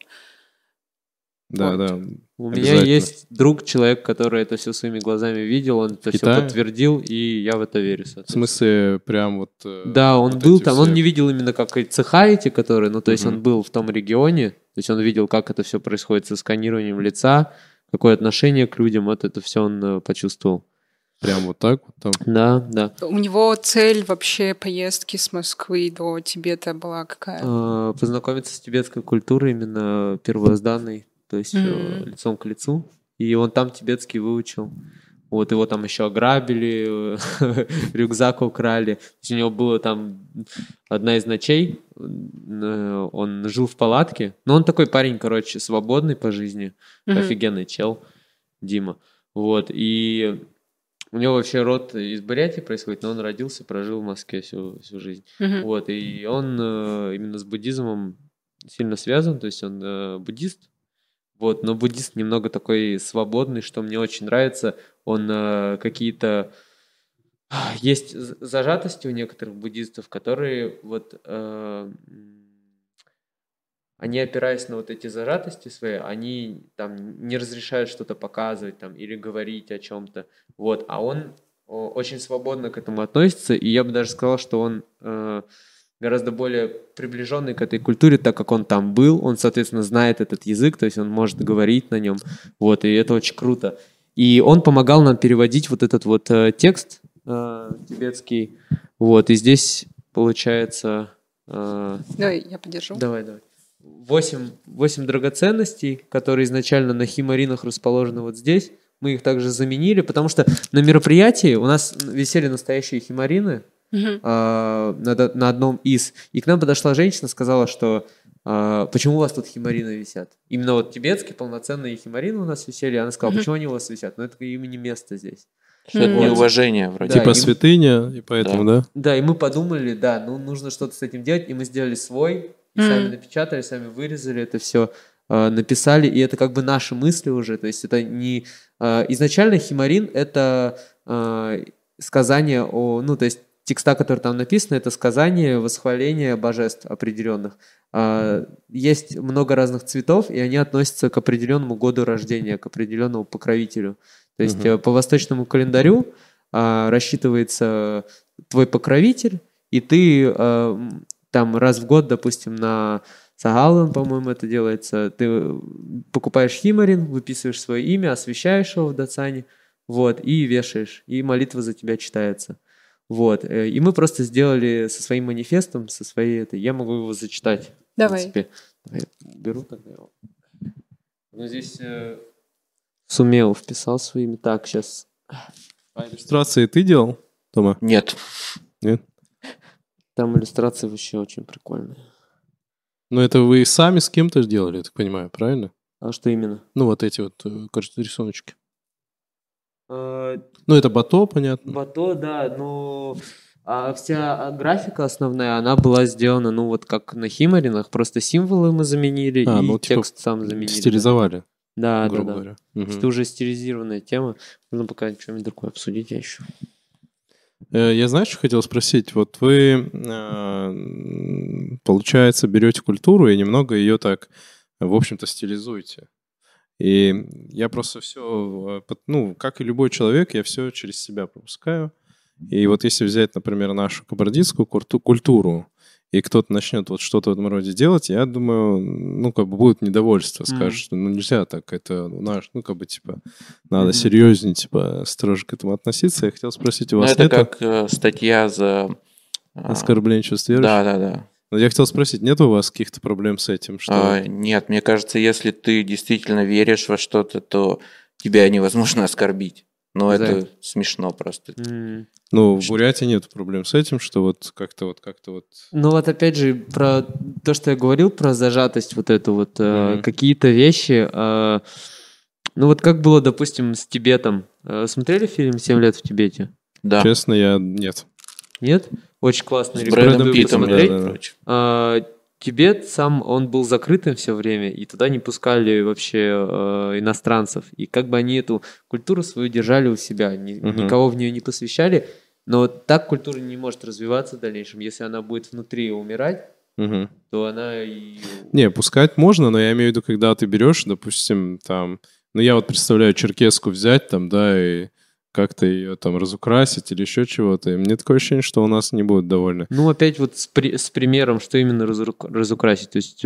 Да, вот. да. У меня есть друг, человек, который это все своими глазами видел, он это все подтвердил, и я в это верю. В смысле, прям вот... Э, да, он вот был там, все... он не видел именно как цеха эти, которые, ну, то есть угу. он был в том регионе, то есть он видел, как это все происходит со сканированием лица, какое отношение к людям, вот это все он почувствовал. Прям вот так вот там? Да, да. У него цель вообще поездки с Москвы до Тибета была какая? А, познакомиться с тибетской культурой, именно первозданной, то есть mm-hmm. лицом к лицу. И он там тибетский выучил. Вот его там еще ограбили, рюкзак украли. То есть у него было там одна из ночей, он жил в палатке. Но он такой парень, короче, свободный по жизни, mm-hmm. офигенный чел, Дима. Вот, и у него вообще род из Бурятии происходит, но он родился, прожил в Москве всю, всю жизнь. Mm-hmm. Вот, и он именно с буддизмом сильно связан, то есть он буддист. Вот, но буддист немного такой свободный, что мне очень нравится. Он э, какие-то... Есть зажатости у некоторых буддистов, которые вот... Э, они, опираясь на вот эти зажатости свои, они там не разрешают что-то показывать там, или говорить о чем-то. Вот, а он о, очень свободно к этому относится, и я бы даже сказал, что он... Э, гораздо более приближенный к этой культуре, так как он там был, он, соответственно, знает этот язык, то есть он может говорить на нем, вот, и это очень круто. И он помогал нам переводить вот этот вот э, текст э, тибетский, вот, и здесь получается... Э, давай, я подержу. Давай, давай. Восемь, восемь драгоценностей, которые изначально на химаринах расположены вот здесь, мы их также заменили, потому что на мероприятии у нас висели настоящие химарины, Uh-huh. Uh, на, на одном из. И к нам подошла женщина, сказала, что uh, почему у вас тут химарины висят? Именно вот тибетские полноценные химарины у нас висели. Она сказала, uh-huh. почему они у вас висят? Ну, это имени место здесь. Что uh-huh. это неуважение вроде. Да, типа и... святыня, и поэтому, да. да? Да, и мы подумали, да, ну нужно что-то с этим делать, и мы сделали свой, и uh-huh. сами напечатали, сами вырезали это все, uh, написали, и это как бы наши мысли уже. То есть это не... Uh, изначально химарин — это uh, сказание о... Ну, то есть текста, которые там написаны, это сказания, восхваления божеств определенных. Есть много разных цветов, и они относятся к определенному году рождения, к определенному покровителю. То есть угу. по восточному календарю рассчитывается твой покровитель, и ты там раз в год, допустим, на с Агалом, по-моему, это делается. Ты покупаешь химарин, выписываешь свое имя, освещаешь его в Датсане, вот, и вешаешь, и молитва за тебя читается. Вот. И мы просто сделали со своим манифестом, со своей этой... Я могу его зачитать. Давай. Давай беру тогда его. Ну, здесь э, Сумел вписал своими. Так, сейчас... А иллюстрации ты делал, Тома? Нет. Нет? Там иллюстрации вообще очень прикольные. Ну, это вы сами с кем-то делали, я так понимаю, правильно? А что именно? Ну, вот эти вот, кажется, рисуночки. А, Ну, это Бато, понятно. Бато, да, но а вся графика основная, она была сделана, ну, вот как на химаринах, просто символы мы заменили А, и ну, типа текст сам заменили. Стилизовали, Да, да, грубо да. говоря. То есть это уже стилизированная тема. Нужно пока что-нибудь другое обсудить, я еще. Я, знаешь, что хотел спросить? Вот вы, э, получается, берете культуру и немного ее так, в общем-то, стилизуете. И я просто все, ну, как и любой человек, я все через себя пропускаю. И вот если взять, например, нашу кабардинскую культуру, и кто-то начнет вот что-то в этом роде делать, я думаю, ну, как бы будет недовольство, скажут, mm. что ну, нельзя так, это наш, ну, как бы, типа, надо mm-hmm. серьезнее, типа, строже к этому относиться. Я хотел спросить, у вас ну, это нету... как э, статья за... Оскорбление чувств верующих? Да, да, да. Но я хотел спросить, нет у вас каких-то проблем с этим? Что... А, нет, мне кажется, если ты действительно веришь во что-то, то тебя невозможно оскорбить. Но да. это смешно просто. Mm. Ну, в Бурятии нет проблем с этим, что вот как-то вот как-то вот... Ну вот опять же, про то, что я говорил, про зажатость вот эту вот, mm-hmm. э, какие-то вещи... Э, ну вот как было, допустим, с Тибетом. Э, смотрели фильм «Семь лет в Тибете»? Да. Честно, я нет. Нет? Очень классный. С Брэдом Питтом. Да, да, да. А, Тибет сам, он был закрытым все время, и туда не пускали вообще э, иностранцев. И как бы они эту культуру свою держали у себя, ни, uh-huh. никого в нее не посвящали. Но так культура не может развиваться в дальнейшем. Если она будет внутри умирать, uh-huh. то она и... Не, пускать можно, но я имею в виду, когда ты берешь, допустим, там... Ну, я вот представляю черкеску взять там, да, и... как-то ее там разукрасить или еще чего-то. И мне такое ощущение, что у нас не будут довольны. Ну, опять вот с, при, с примером, что именно разу, разукрасить. То есть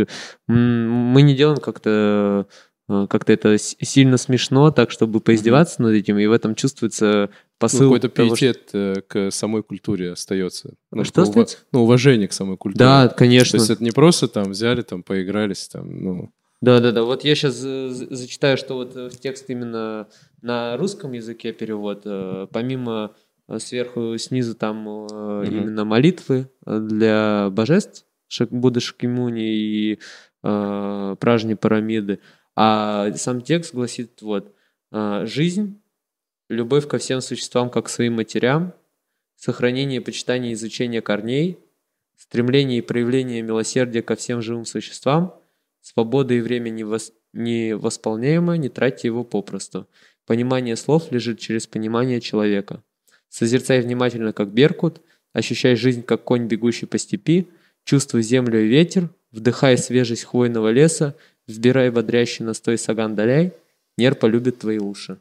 мы не делаем как-то, как-то это сильно смешно, так, чтобы поиздеваться mm-hmm. над этим, и в этом чувствуется посыл. Ну, какой-то того, пиетет что... к самой культуре остается. Ну, что ув... остается? Ну, уважение к самой культуре. Да, конечно. То есть это не просто там взяли, там поигрались, там, ну... Да-да-да, вот я сейчас зачитаю, что вот в текст именно на русском языке перевод, помимо сверху, снизу там uh-huh. именно молитвы для божеств, Будды Шакьямуни и э, Пражни Парамиды, а сам текст гласит вот: жизнь, любовь ко всем существам как к своим матерям, сохранение, почитание и изучение корней, стремление и проявление милосердия ко всем живым существам, свобода и время невосполняемо, не тратьте его попросту. Понимание слов лежит через понимание человека. Созерцай внимательно, как беркут, ощущай жизнь, как конь, бегущий по степи, чувствуй землю и ветер, вдыхай свежесть хвойного леса, вбирай бодрящий настой саган даляй, нер полюбит твои уши.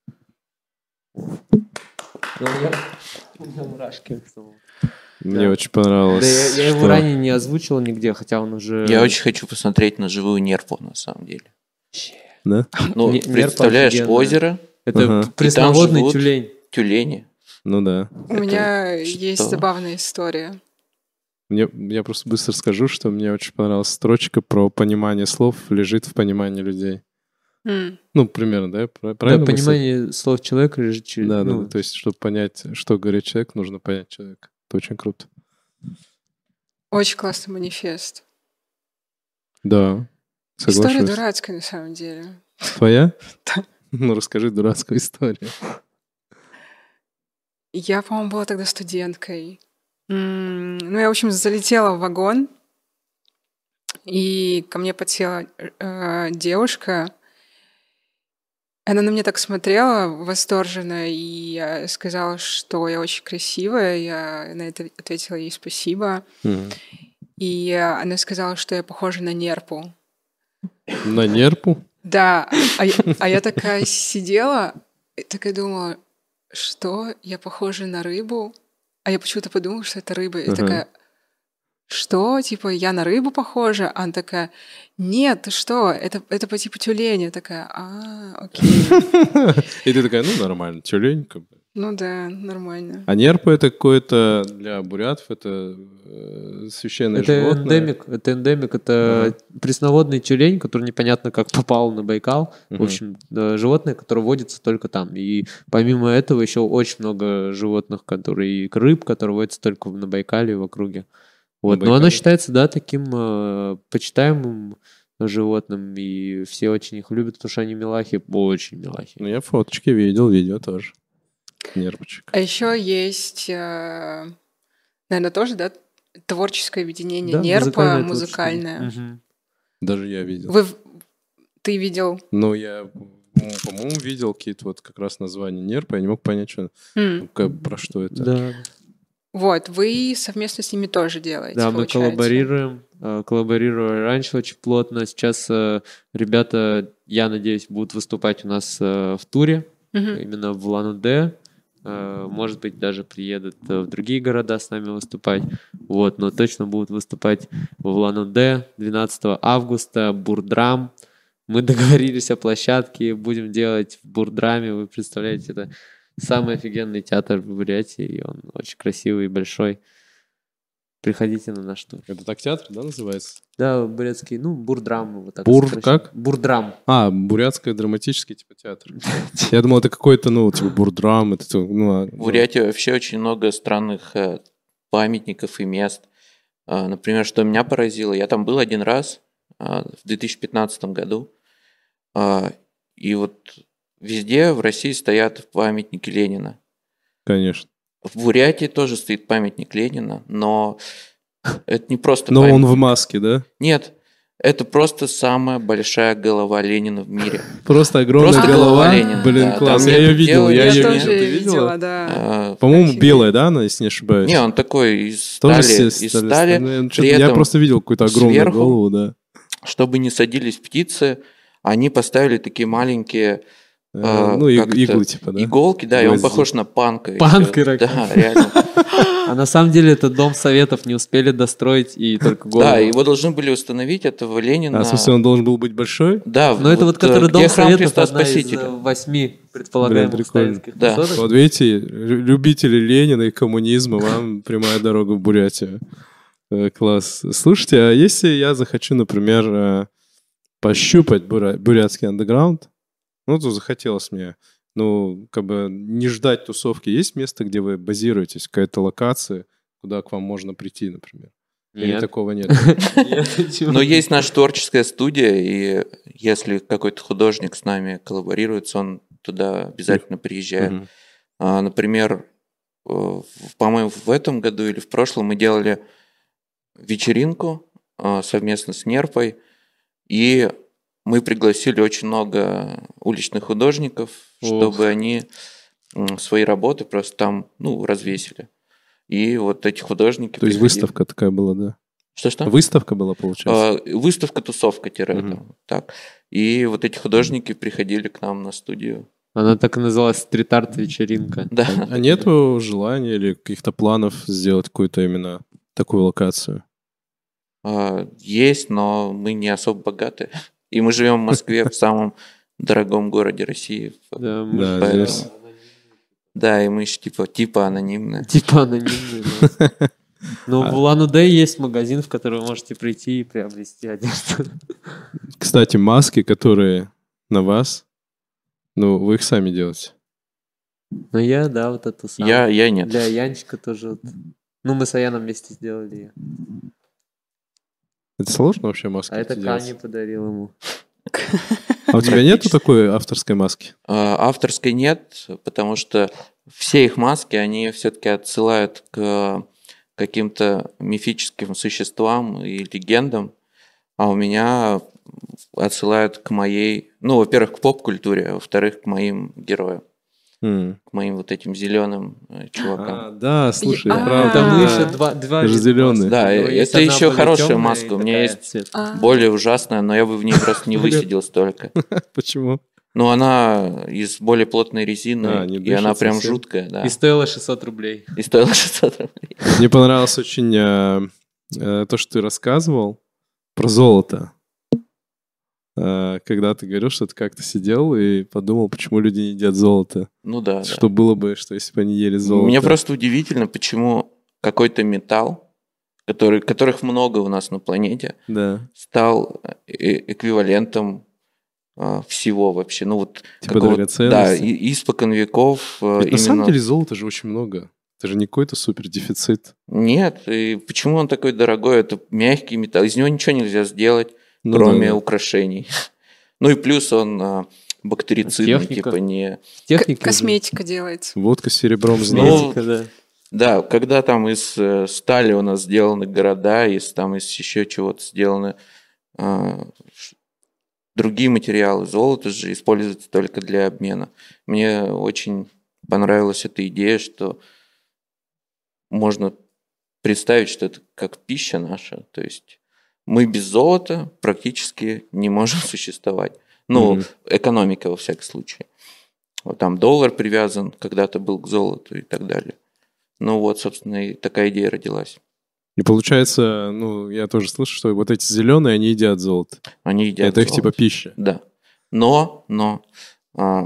У меня мурашки. Мне да. очень понравилось. Да, я, я что... его ранее не озвучил нигде, хотя он уже... Я очень хочу посмотреть на живую нерпу, на самом деле. Да? Ну, Не, представляешь, офигенная. Озеро. Это ага. пресноводный тюлень. Тюлени. Ну да. У Это меня что? Есть забавная история. Мне, я просто быстро скажу, что мне очень понравилась строчка про понимание слов лежит в понимании людей. Mm. Ну, примерно, да? Правильно? Да, понимание мысль? Слов человека лежит через... Да, ну... да, то есть, чтобы понять, что говорит человек, нужно понять человека. Это очень круто. Очень классный манифест. Да, соглашусь. История дурацкая, на самом деле. Твоя? Да. Ну, расскажи дурацкую историю. Я, по-моему, была тогда студенткой. Ну, я, в общем, залетела в вагон, и ко мне подсела э, девушка. Она на меня так смотрела восторженно, и я сказала, что я очень красивая. Я на это ответила ей спасибо. Mm. И она сказала, что я похожа на нерпу. На нерпу? Да. А я, а я такая сидела и такая думала, что я похожа на рыбу? А я почему-то подумала, что это рыба. И uh-huh. такая, что, типа, я на рыбу похожа? Она такая, нет, ты что, это, это по типу тюленя. Такая, а, окей. И ты такая, ну, нормально, тюлень, как бы. Ну да, нормально. А нерпа это какое-то для бурятов, это э, священное Это животное. эндемик, это эндемик, это пресноводный тюлень, который непонятно как попал на Байкал. В Мгм. общем, э, животное, которое водится только там. И помимо этого еще очень много животных, которые, и рыб, которые водятся только на Байкале и в округе. Вот. Но оно Байкале. считается, да, таким э, почитаемым животным, и все очень их любят, потому что они милахи, очень милахи. Ну, я фоточки видел, видео тоже. Нерпочек. А еще есть, э, наверное, тоже, да, творческое объединение Да, нерпа, музыкальное музыкальное. творчество. Мгм. Даже я видел. Вы, в- ты видел? Ну, я, м, по-моему, видел какие-то вот как раз названия нерпа, я не мог понять, что, М, ну, как- про что это. Да. Вот, вы совместно с ними тоже делаете, Да, мы получается. коллаборируем, э, коллаборировали раньше очень плотно. Сейчас э, ребята, я надеюсь, будут выступать у нас э, в туре, Мгм. именно в Улан-Удэ. Э, Может быть, даже приедут э, в другие города с нами выступать. Вот, но точно будут выступать в Улан-Удэ двенадцатого августа, Бурдрам. Мы договорились о площадке, будем делать в Бурдраме. Вы представляете, это самый офигенный театр в Бурятии, и он очень красивый и большой. Приходите на наш тур. Это так театр, да, называется? Да, бурятский, ну, Бурдрам. Вот так Бур сокращенно. как? Бурдрам. А, бурятский драматический типа театр. Я думал, это какой-то, ну, типа бурдрам. Это, ну, а, В Бурятии вообще очень много странных э, памятников и мест. А, Например, что меня поразило, я там был один раз а, в две тысячи пятнадцатом году, а, и вот везде в России стоят памятники Ленина. конечно. В Бурятии тоже стоит памятник Ленина, но это не просто Но он памятник. в маске, да? Нет, это просто самая большая голова Ленина в мире. Просто огромная Просто голова. голова Ленина, Блин, да. класс. Там Я нет ее видел. дела, Я Я нет, ее тоже видел. Ты видела, видела? да. А, По-моему, Офигеть. белая, да, она, если не ошибаюсь? Не, он такой из Тоже стали, се- из стали- стали. ну, при Я этом просто видел какую-то огромную сверху голову, да. чтобы не садились птицы, они поставили такие маленькие Э, а, Ну, иг- как-то иглы типа, да? иголки, да, и он Гвозди. похож на панка. Панк ещё. и Да, реально. А на самом деле это дом советов не успели достроить, и только голову. Да, его должны были установить, этого Ленина. А, в смысле, он должен был быть большой? Да, Но это вот э, который где дом храм советов, Христа одна из Спасителя. э, восьми предполагаемых Блин, прикольно. сталинских Да. высоток. Вот видите, лю- любители Ленина и коммунизма, вам прямая дорога в Бурятию. Э, Класс. Слушайте, а если я захочу, например, э, пощупать бура- бурятский андеграунд, ну, то захотелось мне, ну, как бы не ждать тусовки. Есть место, где вы базируетесь, какая-то локация, куда к вам можно прийти, например? Или Нет. такого нет? Нет, почему? Но есть наша творческая студия, и если какой-то художник с нами коллаборируется, он туда обязательно приезжает. Мгм. А, Например, э, в- по-моему, в этом году или в прошлом мы делали вечеринку а, совместно с Нерпой, и мы пригласили очень много уличных художников, Ох. чтобы они м, свои работы просто там, ну, развесили. И вот эти художники... То есть приходили. выставка такая была, да? Что-что? Выставка была, получается? А, Выставка-тусовка, тире, Мгм. там, так. И вот эти художники приходили к нам на студию. Она так и называлась стрит-арт вечеринка. Да. А нету желания или каких-то планов сделать какую-то именно такую локацию? А, Есть, но мы не особо богаты. И мы живем в Москве, в самом дорогом городе России. Да, мы Да, же поэтому- здесь. Да, и мы еще типа, типа анонимные. Типа анонимные. да. Но А в Улан-Удэ есть магазин, в который вы можете прийти и приобрести одежду. Кстати, маски, которые на вас, ну, вы их сами делаете. Ну я, да, вот эту самую. Я, я нет. Для Янчика тоже. вот. Ну, мы с Аяном вместе сделали ее. Это сложно вообще маски А это эти делать? Кани подарил ему. А у тебя нету такой авторской маски? А, Авторской нет, потому что все их маски, они все-таки отсылают к каким-то мифическим существам и легендам, а у меня отсылают к моей, ну, во-первых, к поп-культуре, а во-вторых, к моим героям, М. к моим вот этим зеленым э, чувакам. А, да, слушай, А, правда. Там Да. еще два, два Даже вида зелёный. масок. Да, У него это есть одна еще более хорошая тёмная маска. и У меня такая есть светлая. А, Более ужасная, но я бы в ней просто не высидел столько. Почему? Ну, она из более плотной резины, А, не и она дышит прям совсем? жуткая, да. И стоила шестьсот рублей. И стоила шестьсот рублей. Мне понравилась очень э, э, то, что ты рассказывал про золото. Э, когда ты говорил, что ты как-то сидел и подумал, почему люди не едят золото. Ну да. Что да. было бы, что если бы они ели золото. Мне просто удивительно, почему какой-то металл, который, которых много у нас на планете, да. стал э- эквивалентом э, всего вообще. Ну вот типа драгоценности. Да, и, испокон веков. Э, Ведь именно... На самом деле золота же очень много. Это же не какой-то супер дефицит. Нет, и почему он такой дорогой? Это мягкий металл, из него ничего нельзя сделать, Ну, кроме да, да. украшений. Ну и плюс он а, бактерицидный, Техника. типа не... Техника К- косметика делается. Водка с серебром знает. Ну, Косметика, да. Да, когда там из э, стали у нас сделаны города, из там из еще чего-то сделаны а, ш- другие материалы, золото же используется только для обмена. Мне очень понравилась эта идея, что можно представить, что это как пища наша, то есть мы без золота практически не можем существовать. Ну, Мгм. экономика во всяком случае. Вот там доллар привязан, когда-то был к золоту и так далее. Ну вот, собственно, и такая идея родилась. И получается, ну, я тоже слышу, что вот эти зеленые, они едят золото. Они едят Это их золото. типа пища. Да. Но, но а,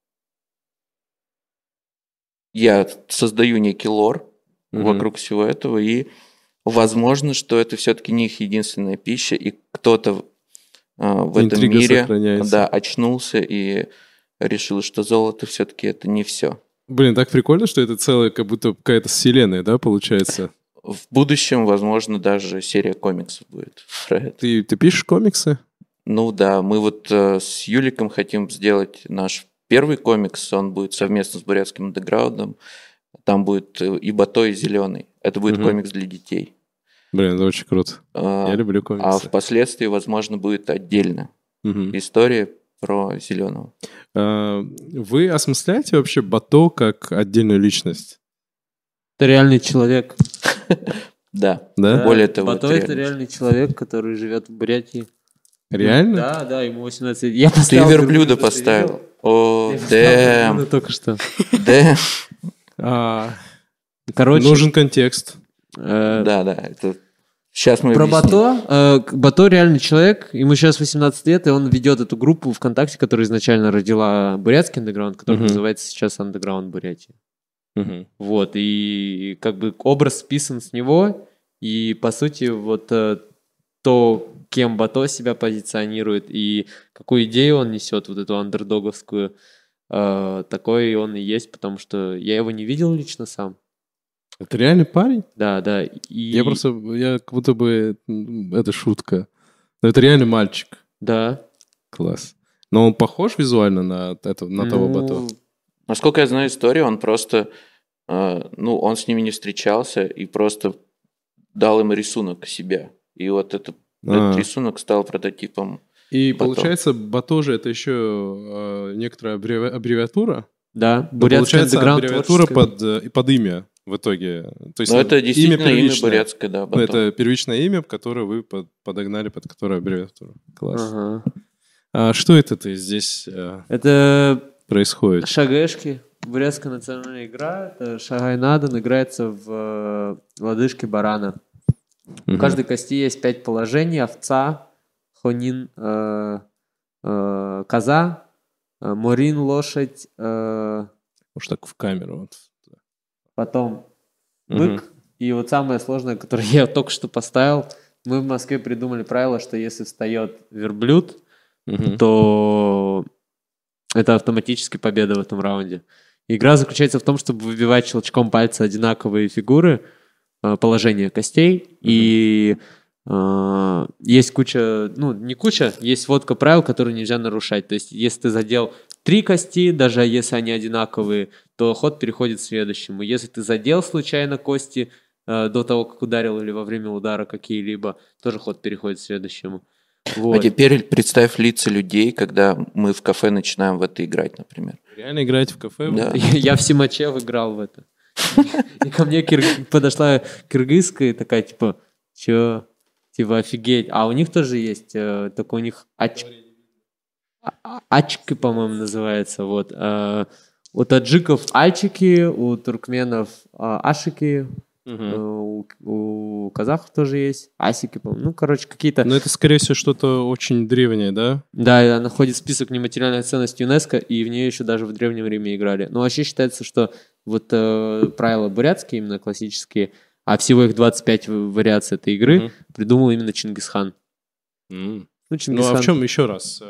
я создаю некий лор Мгм. вокруг всего этого, и возможно, что это все-таки не их единственная пища, и кто-то а, в этом Интрига мире сохраняется. да, очнулся и решил, что золото все-таки это не все. Блин, так прикольно, что это целая как будто какая-то вселенная, да, получается? В будущем, возможно, даже серия комиксов будет про это. Ты, ты пишешь комиксы? Ну да, мы вот э, с Юликом хотим сделать наш первый комикс, он будет совместно с бурятским андеграундом. Там будет э, и Бато, и Зеленый. Это будет Мгм. комикс для детей. Блин, это очень круто. А, Я люблю а комиксы. впоследствии, возможно, будет отдельно Мгм. история про Зеленого. А, Вы осмысляете вообще Бато как отдельную личность? Это реальный человек. Да. Да? Более того, Бато это это реально. реальный человек, который живет в Бурятии. Реально? Да, да, ему восемнадцать лет. Я Ты поставил верблюда ты поставил. видел? О, Я поставил дэм, верблюда только что. дэм. А, Короче, нужен контекст. э, Да, да, это... Сейчас мы про объясним. Бато. э, к- Бато реальный человек, ему сейчас восемнадцать лет, и он ведет эту группу ВКонтакте, которая изначально родила бурятский андеграунд, который Мгм. называется сейчас Андеграунд Бурятии. Мгм. Вот, и как бы образ списан с него, и по сути вот э, то, кем Бато себя позиционирует и какую идею он несет, вот эту андердоговскую, э, такой он и есть, потому что я его не видел лично сам. Это реальный парень? Да, да. И... Я просто, я как будто бы, м, это шутка. Но это реальный мальчик. Да. Класс. Но он похож визуально на, это, на того Ну, Бато? Насколько я знаю историю, он просто, э, ну, он с ними не встречался и просто дал им рисунок себя. И вот это, А. этот рисунок стал прототипом. И Бато. получается, Бато же это еще э, некоторая аббреви- аббревиатура? Да, Но бурятский получается, андеграунд аббревиатура творческое. под, э, под имя в итоге. То есть Но это действительно имя, первичное. бурятское, да, Ну, Бато. это первичное имя, которое вы под- подогнали под которое аббревиатуру. Класс. Ага. А что это ты здесь э, Это происходит? шагэшки. Бурятская национальная игра. Это шагайнадан играется в э, лодыжке барана. В Мгм. каждой кости есть пять положений. Овца, хонин, э, э, коза, э, морин, лошадь, э, Уж так в камеру. Вот. потом Мгм. бык. И вот самое сложное, которое я только что поставил, мы в Москве придумали правило, что если встает верблюд, Мгм. то это автоматически победа в этом раунде. Игра заключается в том, чтобы выбивать щелчком пальца одинаковые фигуры, э, положения костей, и э, есть куча, ну, не куча, есть сводка правил, которые нельзя нарушать. То есть, если ты задел три кости, даже если они одинаковые, то ход переходит к следующему. Если ты задел случайно кости э, до того, как ударил, или во время удара какие-либо, тоже ход переходит к следующему. Вот. А теперь представь лица людей, когда мы в кафе начинаем в это играть, например. Реально играете в кафе? Да. Я в Симачев играл в это. И ко мне кир- подошла киргизская и такая, типа, чё? Типа, офигеть. А у них тоже есть, э, только у них ач... а- ачки, по-моему, называется. Вот. Э, У таджиков альчики, у туркменов э, ашики, У, у казахов тоже есть. Асики, по-моему. Ну, короче, какие-то... Но это, скорее всего, что-то очень древнее, да? Да, она входит в список нематериальных ценностей ЮНЕСКО, и в нее еще даже в Древнем Риме играли. Но вообще считается, что вот э, правила бурятские, именно классические, а всего их двадцать пять вариаций этой игры, mm-hmm. придумал именно Чингисхан. Mm. Ну, Чингисхан... ну, а в чем еще раз?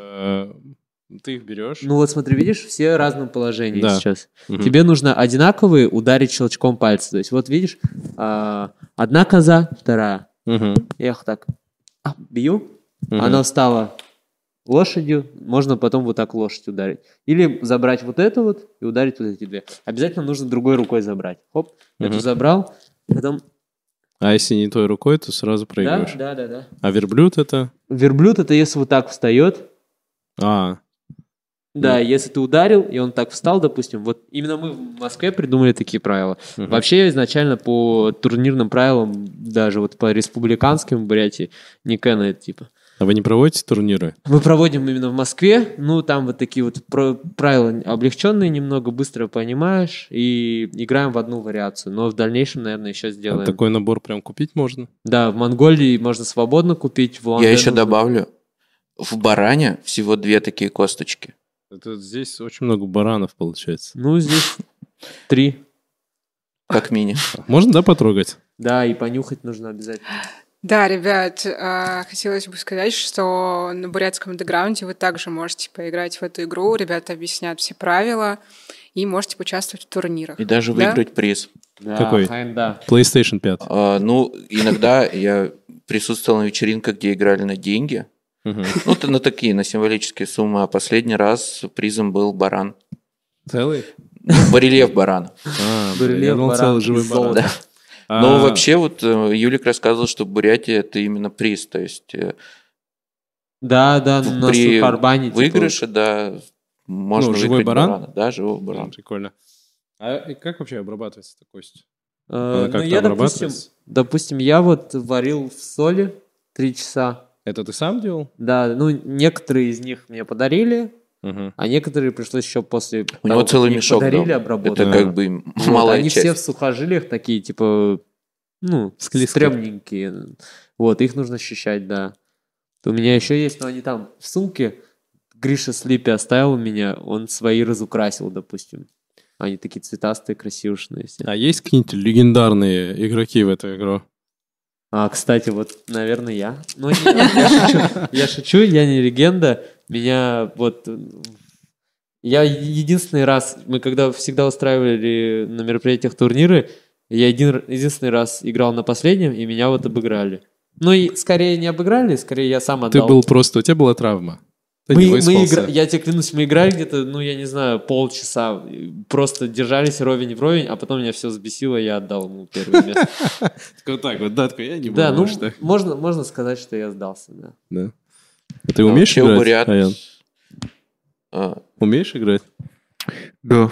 Ты их берешь? Ну, вот смотри, видишь, все в разном положении да. сейчас. Mm-hmm. Тебе нужно одинаковые ударить щелчком пальца. То есть, вот видишь, э, одна коза, вторая. Mm-hmm. Я их так а, бью, mm-hmm. она встала лошадью, можно потом вот так лошадь ударить. Или забрать вот эту вот и ударить вот эти две. Обязательно нужно другой рукой забрать. Хоп, mm-hmm. эту забрал, потом... А если не той рукой, то сразу проигрываешь? Да, да, да, да. А верблюд это? Верблюд это если вот так встает. А. Да, mm. если ты ударил, и он так встал, допустим, вот именно мы в Москве придумали такие правила. Uh-huh. Вообще изначально по турнирным правилам, даже вот по республиканским в Бурятии, не кэнает типа. А вы не проводите турниры? Мы проводим именно в Москве, ну там вот такие вот правила облегченные, немного быстро понимаешь, и играем в одну вариацию, но в дальнейшем, наверное, еще сделаем. А такой набор прям купить можно? Да, в Монголии можно свободно купить. В Я еще нужно... добавлю, в баране всего две такие косточки. Это здесь очень много баранов получается. Ну, здесь три. Как мини. Можно, да, потрогать? Да, и понюхать нужно обязательно. Да, ребят, хотелось бы сказать, что на бурятском андеграунде вы также можете поиграть в эту игру. Ребята объяснят все правила, и можете поучаствовать в турнирах. И даже да? выиграть приз. Да, какой? да. PlayStation пять. А, ну, иногда я присутствовал на вечеринках, где играли на деньги. Uh-huh. Ну, это на такие, на символические суммы. А последний раз призом был баран. Целый? Барельеф барана. А, барельеф баран. Целый живой баран. Да. А... Но вообще вот Юлик рассказывал, что Бурятия это именно приз. То есть да, да, на при Сухарбане, выигрыше, типа... да, можно ну, живой баран? барана. Да, живой баран. Прикольно. А как вообще обрабатывается эта кость? Э, ну, я, допустим, допустим, я вот варил в соли три часа. Это ты сам делал? Да, ну, некоторые из них мне подарили, uh-huh. а некоторые пришлось еще после У того, него целый мешок подарили, дал. обработать. Это как бы вот, малая они часть. все в сухожилиях такие, типа, ну, стрёмненькие. Вот, их нужно ощущать, да. У меня еще есть, но они там в сумке. Гриша Слипи оставил у меня, он свои разукрасил, допустим. Они такие цветастые, красивые все. А есть какие-нибудь легендарные игроки в эту игру? А, кстати, вот, наверное, я. Ну, я, я, шучу, я шучу, я не легенда. Меня вот... Я единственный раз... Мы когда всегда устраивали на мероприятиях турниры, я один, единственный раз играл на последнем, и меня вот обыграли. Ну, и скорее не обыграли, скорее я сам отдал. Ты был просто... У тебя была травма. Ты мы, мы игра... Я тебе клянусь, мы играли где-то, ну, я не знаю, полчаса. Просто держались ровень в ровень, а потом меня все взбесило, и я отдал ему первое место. Вот так вот, да, такой, я не Да, ну, можно, можно сказать, что я сдался, да. Да. Ты умеешь играть, Аян? Умеешь играть? Да.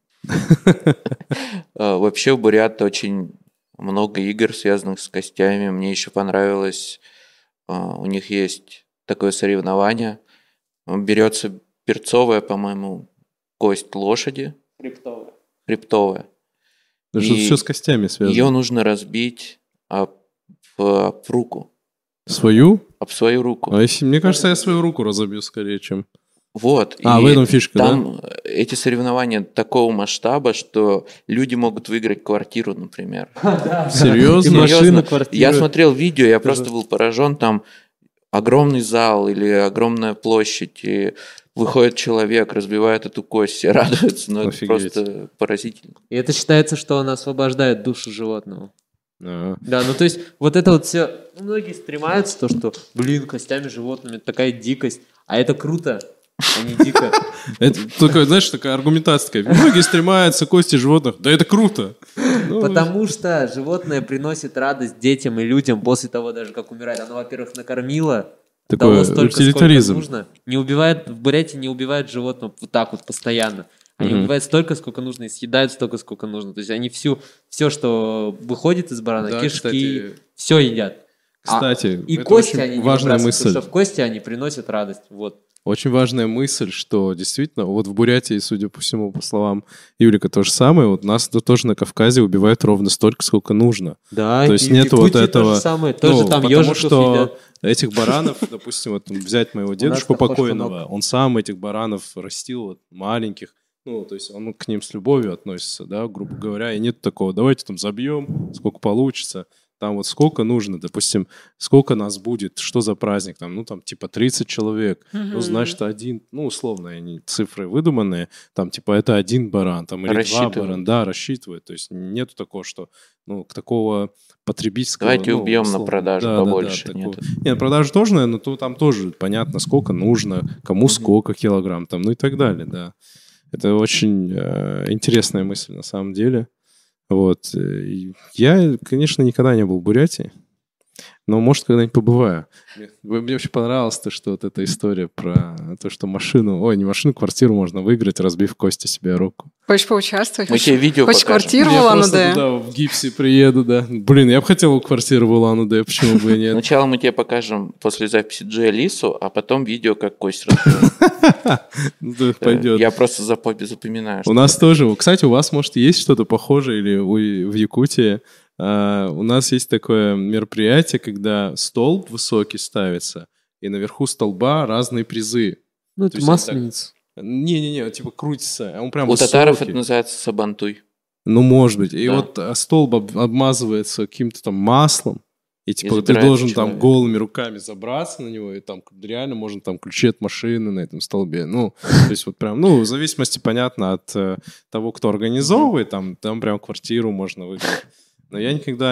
Вообще у бурят очень много игр, связанных с костями. Мне еще понравилось, у них есть такое соревнование. Берется перцовая, по-моему, кость лошади. Хребтовая. Хребтовая. Что все с костями связано. Ее нужно разбить об, об руку. Свою? Об свою руку. А если, мне кажется, я свою руку разобью скорее, чем... Вот. А, и в этом фишка, там да? Эти соревнования такого масштаба, что люди могут выиграть квартиру, например. Серьезно? Машина, квартира. Я смотрел видео, я просто был поражен, там огромный зал или огромная площадь, и выходит человек, разбивает эту кость, все радуются, но это просто поразительно. И это считается, что он освобождает душу животного. А-а. Да, ну то есть вот это вот все, многие стремаются, то, что, блин, костями животными, такая дикость, а это круто, а не дико. Это такая, знаешь, такая аргументация. Многие стремаются кости животных. Да это круто. Потому что животное приносит радость детям и людям после того, даже как умирает. Оно, во-первых, накормило, дало столько, сколько нужно. Не убивает, в Бурятии не убивают животных вот так вот постоянно. Они mm-hmm. убивают столько, сколько нужно, и съедают столько, сколько нужно. То есть они всю, все, что выходит из барана, да, кишки, кстати, все едят. Кстати, а, и кости они важная мысль. Потому что в кости они приносят радость. Вот. Очень важная мысль, что действительно, вот в Бурятии, судя по всему, по словам Юлика, то же самое, вот нас тоже на Кавказе убивают ровно столько, сколько нужно. Да, то есть и нету в вот Якутии этого... то же самое, тоже ну, там потому ежиков что едят. этих баранов, допустим, вот взять моего дедушку картошка покойного, много. он сам этих баранов растил, вот, маленьких, ну, то есть он к ним с любовью относится, да, грубо говоря, и нет такого, давайте там забьем, сколько получится. Там вот сколько нужно, допустим, сколько нас будет, что за праздник, там, ну, там, типа тридцать человек, Мгм. ну, значит, один, ну, условно, они цифры выдуманные, там, типа, это один баран, там, или два Рассчитывают. барана, да, рассчитывают, то есть нету такого, что, ну, к такого потребительского... Давайте ну, убьем на условно, продажу да, да, да, побольше. такого. Нет. Не, на продажу тоже, наверное, но то, там тоже понятно, сколько нужно, кому Мгм. сколько килограмм, там, ну, и так далее, да. Это очень э, интересная мысль, на самом деле. Вот. И я, конечно, никогда не был в Бурятии, но, может, когда-нибудь побываю. Мне, мне очень понравилось то, что вот эта история про то, что машину... Ой, не машину, квартиру можно выиграть, разбив кости себе о руку. Хочешь поучаствовать? Мы Хочешь- тебе видео Хочешь покажем. квартиру в Я просто Улан-Удэ? туда в гипсе приеду, да. Блин, я бы хотел квартиру в Улан-Удэ, почему бы и нет. Сначала мы тебе покажем после записи Джей Лису, а потом видео, как кость разбивает. Ну, то пойдет. Я просто запо- запоминаю. У что нас это. тоже, кстати, у вас, может, есть что-то похожее или у- в Якутии. А, у нас есть такое мероприятие, когда столб высокий ставится, и наверху столба разные призы. Ну, То это есть они масленица. Не-не-не, типа крутится, а он прям У татаров высокий. это называется сабантуй. Ну, может быть. И Да. вот а, столб об- обмазывается каким-то там маслом, и типа ты забирается должен там человек. голыми руками забраться на него, и там реально можно там ключи от машины на этом столбе. Ну, то есть вот прям, ну, в зависимости, понятно, от э, того, кто организовывает, там, там прям квартиру можно выиграть. Но я никогда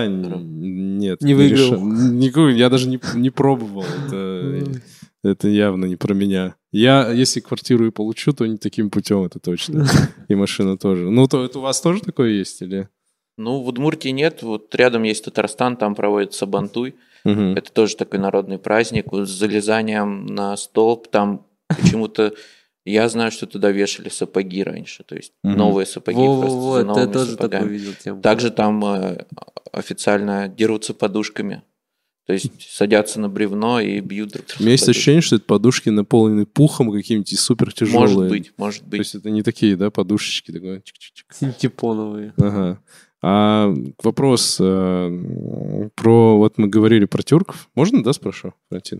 н- нет, Не выиграл. решал. Никакой- я даже не, не пробовал. Это, это явно не про меня. Я, если квартиру и получу, то не таким путем, это точно. И машина тоже. Ну, то это у вас тоже такое есть или? Ну, в Удмуртии нет. Вот рядом есть Татарстан, там проводят сабантуй. Мгм. Это тоже такой народный праздник. Вот с залезанием на столб. Там почему-то... Я знаю, что туда вешали сапоги раньше. То есть Мгм. новые сапоги просто за Во-во-во, новыми я тоже такой сапогами. видел тему. Также там э, официально дерутся подушками. То есть садятся на бревно и бьют друг друга. У меня есть подушками. ощущение, что это подушки наполнены пухом каким-нибудь и супер тяжелые. Может быть, может То быть. есть это не такие, да, подушечки такой. чик-чик-чик. Синтепоновые. Ага. А вопрос э, про... Вот мы говорили про тюрков. Можно, да, спрошу, Валентин?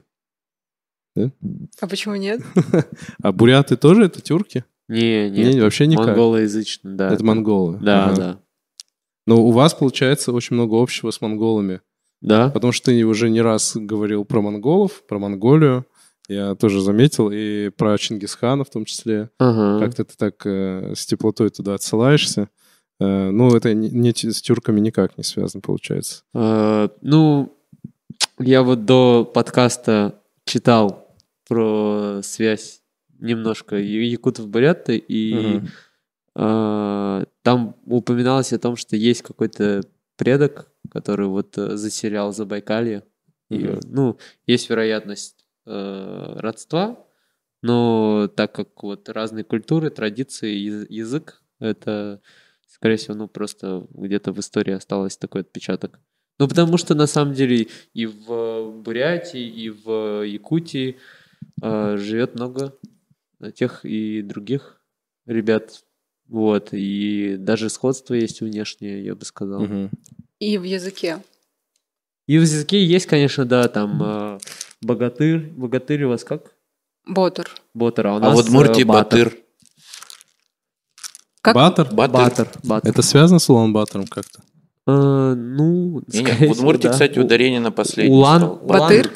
А почему нет? А буряты тоже это тюрки? Не, Не, нет. вообще никак. Монголоязычно, да. Это монголы. Да, Ага. да. Но у вас, получается, очень много общего с монголами. Да? Потому что ты уже не раз говорил про монголов, про Монголию. Я тоже заметил. И про Чингисхана в том числе. Ага. Как-то ты так э, с теплотой туда отсылаешься. Э, ну, это не, не т- с тюрками никак не связано, получается. Э, Ну, я вот до подкаста читал про связь немножко я- якутов-буряты, и Мгм. э, там упоминалось о том, что есть какой-то предок, который вот э, заселял Забайкалье. И, Мгм. ну, есть вероятность э, родства, но так как вот разные культуры, традиции, яз- язык, это, скорее всего, ну, просто где-то в истории осталось такой отпечаток. Ну, потому что, на самом деле, и в Бурятии, и в Якутии э, живет много тех и других ребят. Вот, и даже сходство есть внешнее, я бы сказал. Мгм. И в языке. И в языке есть, конечно, да, там э, богатырь. Богатырь у вас как? Ботор. Ботер, а у А нас в Удмуртии э, батыр. батыр. Как? Батор? Батыр. Батыр. Батыр. Это связано с Улан-Батором как-то? Э, ну, Не-не, скорее в Удмуртии, всего, да. кстати, У- ударение на последний Улан, стал. Батыр?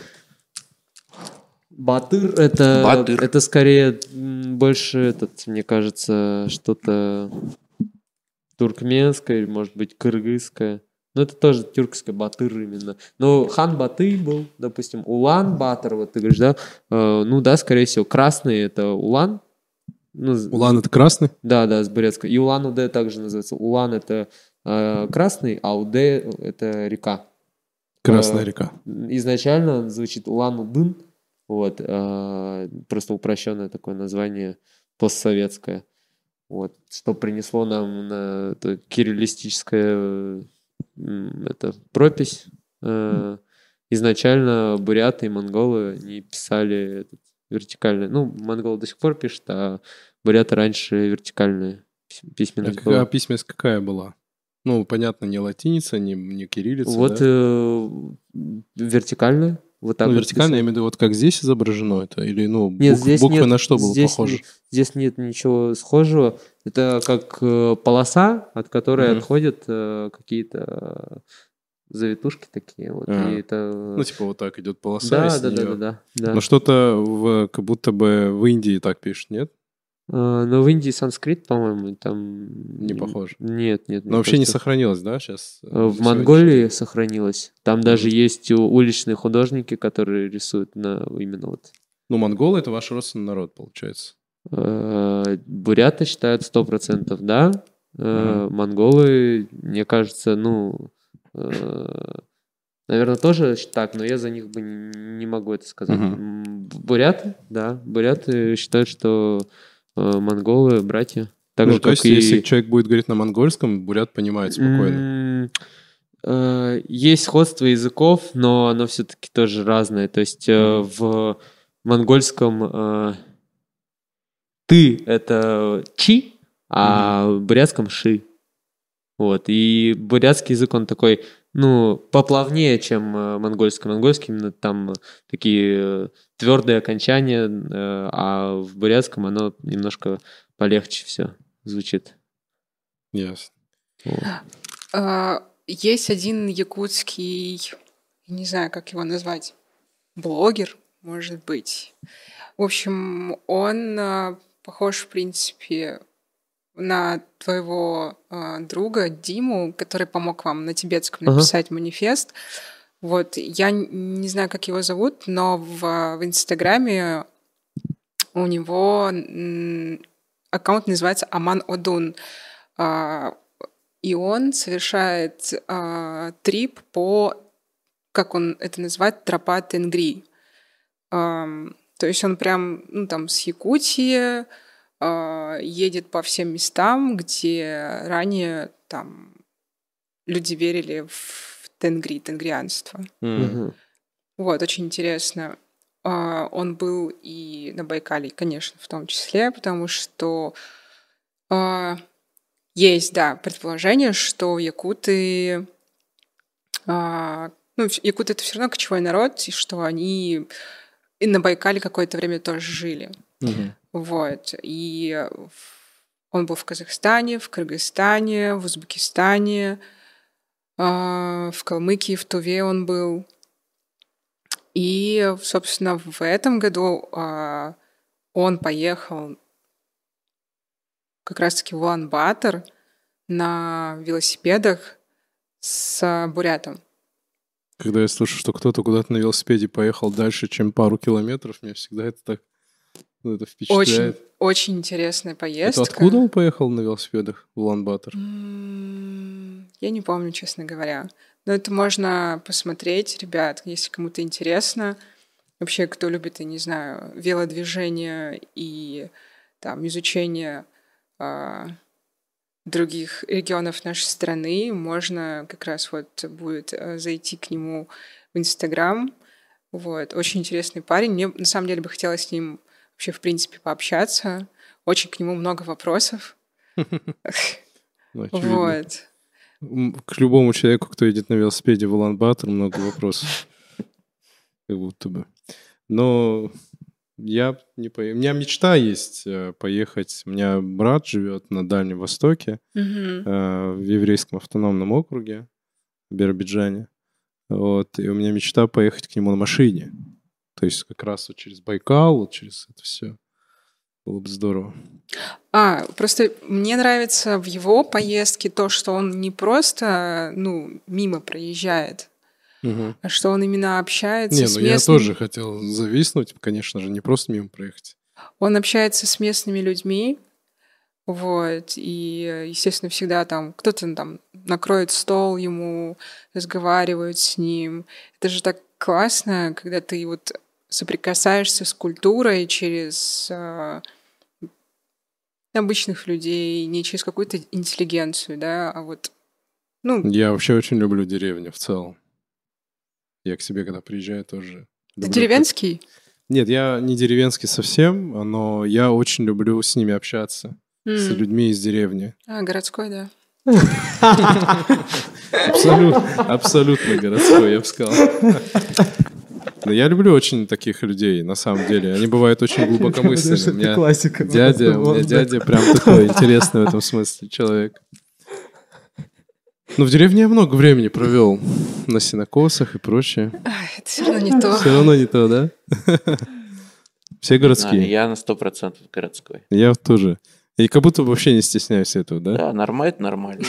Батыр это, Батыр. это скорее м, больше этот, мне кажется, что-то туркменское, или, может быть, кыргызское. Но это тоже тюркское, Батыр именно. Но хан Батый был, допустим, Улан Батор, вот ты говоришь, да? Э, ну да, скорее всего, красный это Улан. Ну, з- Улан — это красный? Да, да, с бурятского. И Улан-Удэ также называется. Улан это э, красный, а Удэ это река. Красная Э, река. Изначально он звучит Улан-Удын, вот, э, просто упрощенное такое название постсоветское, вот, что принесло нам на это кириллистическое м, это пропись. Э, изначально буряты и монголы не писали этот вертикальная. Ну, монголы до сих пор пишут, а буряты раньше вертикальная письменность а, была. А письменность какая была? Ну, понятно, не латиница, не, не кириллица, Вот да? э, вертикальная. Вот так Ну, вот вертикально, я писали. имею в виду, вот как здесь изображено это? Или, ну, Нет, бук- здесь буквы нет, на что было здесь, похоже? не- здесь нет ничего схожего. Это как э, полоса, от которой Мгм. отходят э, какие-то э, завитушки такие. Вот. Ага. И это... Ну, типа вот так идет полоса, и да, с да, да, неё- да, да, да. Но что-то в, как будто бы в Индии так пишут, нет? А, но в Индии санскрит, по-моему, там... Не похоже. Нет, нет. Но мне вообще не кажется, сохранилось, да, сейчас? В Монголии сохранилось. Там даже есть у- уличные художники, которые рисуют на именно вот... Ну, монголы — это ваш родственный народ, получается. э, Буряты считают сто процентов, да. Э, Мгм. Монголы, мне кажется, ну... Наверное, тоже так, но я за них бы не не могу это сказать. Мгм. М, Буряты, да. Буряты считают, что э, монголы братья. Так Ну, же, то как есть, и... если человек будет говорить на монгольском, бурят понимает спокойно. М, э, Есть сходство языков, но оно все-таки тоже разное. То есть э, Мгм. в монгольском э, ты — это чи, а в бурятском ши. Вот. И бурятский язык, он такой, ну, поплавнее, чем э, монгольский. Монгольский именно там такие твердые окончания, э, а в бурятском оно немножко полегче все звучит. Ясно. Вот. А, Есть один якутский, я не знаю, как его назвать, блогер, может быть. В общем, он а, похож, в принципе, на твоего а, друга Диму, который помог вам на тибетском Ага. написать манифест. Вот, я н- не знаю, как его зовут, но в, в Инстаграме у него м, аккаунт называется Аман Одун. А, И он совершает а, трип по, как он это называет, тропа Тенгри. Ам, То есть он прям, ну, там, с Якутии а, едет по всем местам, где ранее там люди верили в тенгри, тенгрианство. М. Мгм. Вот, очень интересно. А, Он был и на Байкале, конечно, в том числе, потому что а, есть, да, предположение, что якуты, а, ну, ф- якуты — это все равно кочевой народ, и что они и на Байкале какое-то время тоже жили. Мгм. Вот. И в- он был в Казахстане, в Кыргызстане, в Узбекистане, а, в Калмыкии, в Туве он был. И, собственно, в этом году а, он поехал как раз-таки в Улан-Батор на велосипедах с бурятом. Когда я слышу, что кто-то куда-то на велосипеде поехал дальше, чем пару километров, меня всегда это так, ну, это Очень, впечатляет. очень интересная поездка. Это откуда он поехал на велосипедах в Улан-Батор? М, Я не помню, честно говоря. Но это можно посмотреть, ребят, если кому-то интересно. Вообще, кто любит, я не знаю, велодвижение и там изучение а, других регионов нашей страны, можно как раз вот будет а, зайти к нему в Инстаграм. Вот. Очень интересный парень. Мне на самом деле бы хотелось с ним вообще, в принципе, пообщаться. Очень к нему много вопросов. Ну, очевидно. Вот. М, К любому человеку, кто едет на велосипеде в Улан-Батор, много вопросов. Как будто бы. Но я не поеду. У меня мечта есть э, поехать. У меня брат живет на Дальнем Востоке, Мгм. э, в еврейском автономном округе, в Биробиджане. Вот. И у меня мечта поехать к нему на машине. То есть как раз вот через Байкал, вот через это все. Было бы здорово. А, просто мне нравится в его поездке то, что он не просто, ну, мимо проезжает, Мгм. а что он именно общается Не, с ну я местными. тоже хотел зависнуть, конечно же, не просто мимо проехать. Он общается с местными людьми, вот, и, естественно, всегда там кто-то там накроет стол ему, разговаривает с ним. Это же так классно, когда ты вот соприкасаешься с культурой через а, обычных людей, не через какую-то интеллигенцию, да, а вот, ну, Я вообще очень люблю деревню в целом. Я к себе, когда приезжаю, тоже ты люблю. деревенский? Нет, я не деревенский совсем, но я очень люблю с ними общаться, М. с людьми из деревни. А, городской, да. Абсолютно, абсолютно городской, я бы сказал. Но я люблю очень таких людей, на самом деле. Они бывают очень глубокомысленные. У меня классика. дядя, у меня дядя прям такой интересный в этом смысле человек. Ну, в деревне я много времени провел на сенокосах и прочее. Ай, это все равно не то. Все равно не то, да? Все Не знаю, городские. я на сто процентов городской. Я вот тоже. И как будто вообще не стесняюсь этого, да? Да, нормально, это нормально.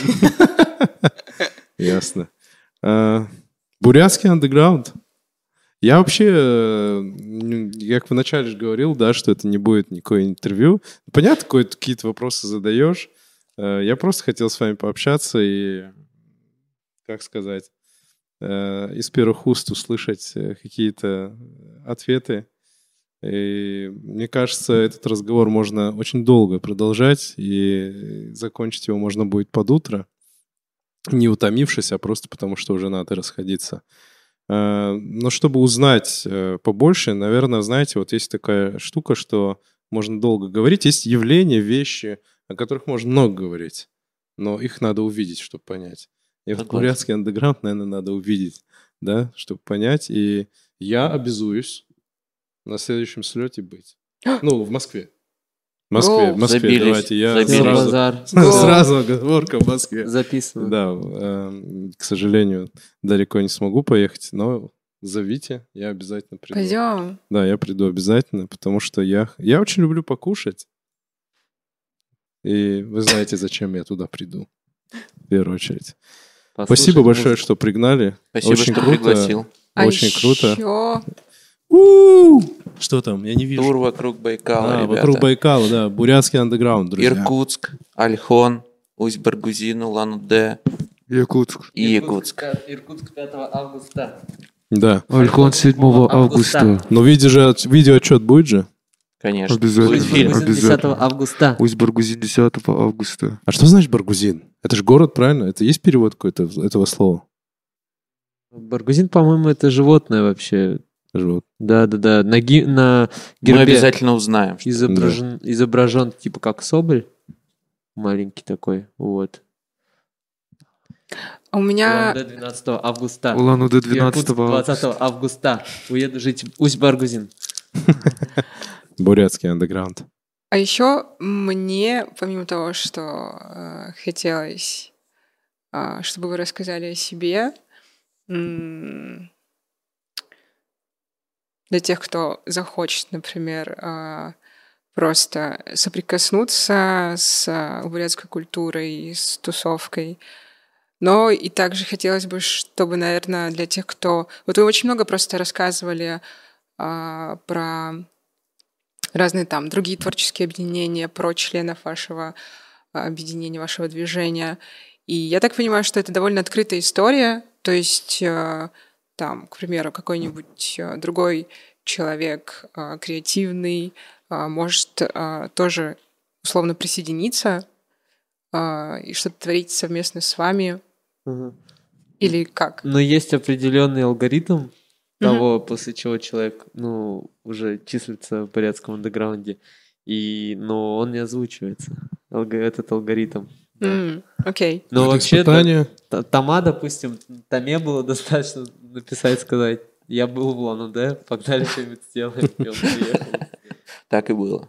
Ясно. А, бурятский андеграунд. Я вообще, э, как вначале же говорил, да, что это не будет никакое интервью. Понятно, какие-то вопросы задаешь. Э, Я просто хотел с вами пообщаться и, как сказать, э, из первых уст услышать э, какие-то ответы. И мне кажется, этот разговор можно очень долго продолжать, и закончить его можно будет под утро, не утомившись, а просто потому, что уже надо расходиться. Э, Но чтобы узнать э, побольше, наверное, знаете, вот есть такая штука, что можно долго говорить. Есть явления, вещи, о которых можно много говорить, но их надо увидеть, чтобы понять. И вот Согласен. бурятский андеграунд, наверное, надо увидеть, да, чтобы понять. И я обязуюсь на следующем слете быть. Ну, в Москве. В Москве, в Москве, Забились, давайте. Я забились. сразу, Базар. сразу оговорка в Москве. Записано. Да, э, к сожалению, далеко не смогу поехать, но зовите, я обязательно приду. Пойдем. Да, я приду обязательно, потому что я, я очень люблю покушать. И вы знаете, зачем я туда приду, в первую очередь. Послушать Спасибо большое, музыку. что пригнали. Спасибо, Очень что круто. пригласил. А Очень круто. еще У-у-у! Что там? Я не вижу. Тур вокруг Байкала, А, ребята. вокруг Байкала, да. Бурятский андеграунд, друзья. Иркутск, Ольхон, Усть-Баргузин, Улан-Удэ Якутск. и Якутск. Иркутск пятого августа. Да. Ольхон седьмого августа. Но видео же, видеоотчет будет же? Конечно. Обязательно. Будет фильм. Обязательно. десятого августа. Усть-Баргузин десятого августа. А что значит Баргузин? Это же город, правильно? Это есть перевод какой-то этого слова? Баргузин, по-моему, это животное вообще. Живот. Да-да-да. На, ги- на Мы гербе обязательно узнаем. что- изображен, изображен типа как соболь. Маленький такой. Вот. у меня... Улан-Удэ двенадцатого августа. Улан-Удэ Иркутск двенадцатого августа. двадцатого августа. Уеду жить в Усть-Баргузин. Бурятский андеграунд. А еще мне, помимо того, что э, хотелось, э, чтобы вы рассказали о себе, м, для тех, кто захочет, например, э, просто соприкоснуться с э, бурятской культурой, с тусовкой. Но и также хотелось бы, чтобы, наверное, для тех, кто... Вот вы очень много просто рассказывали э, про разные там другие творческие объединения, про членов вашего а, объединения, вашего движения. И я так понимаю, что это довольно открытая история. То есть, э, там, к примеру, какой-нибудь э, другой человек э, креативный э, может э, тоже условно присоединиться э, и что-то творить совместно с вами. Или как? Но есть определенный алгоритм того, после чего человек, ну, уже числится в бурятском андеграунде, и, но он не озвучивается, алго- этот алгоритм. Да. М, Окей. Но Это вообще, испытание. та- Тома, допустим, Томе было достаточно написать, сказать, я был в Улан-Удэ, погнали что-нибудь сделаем, и он приехал. Так и было.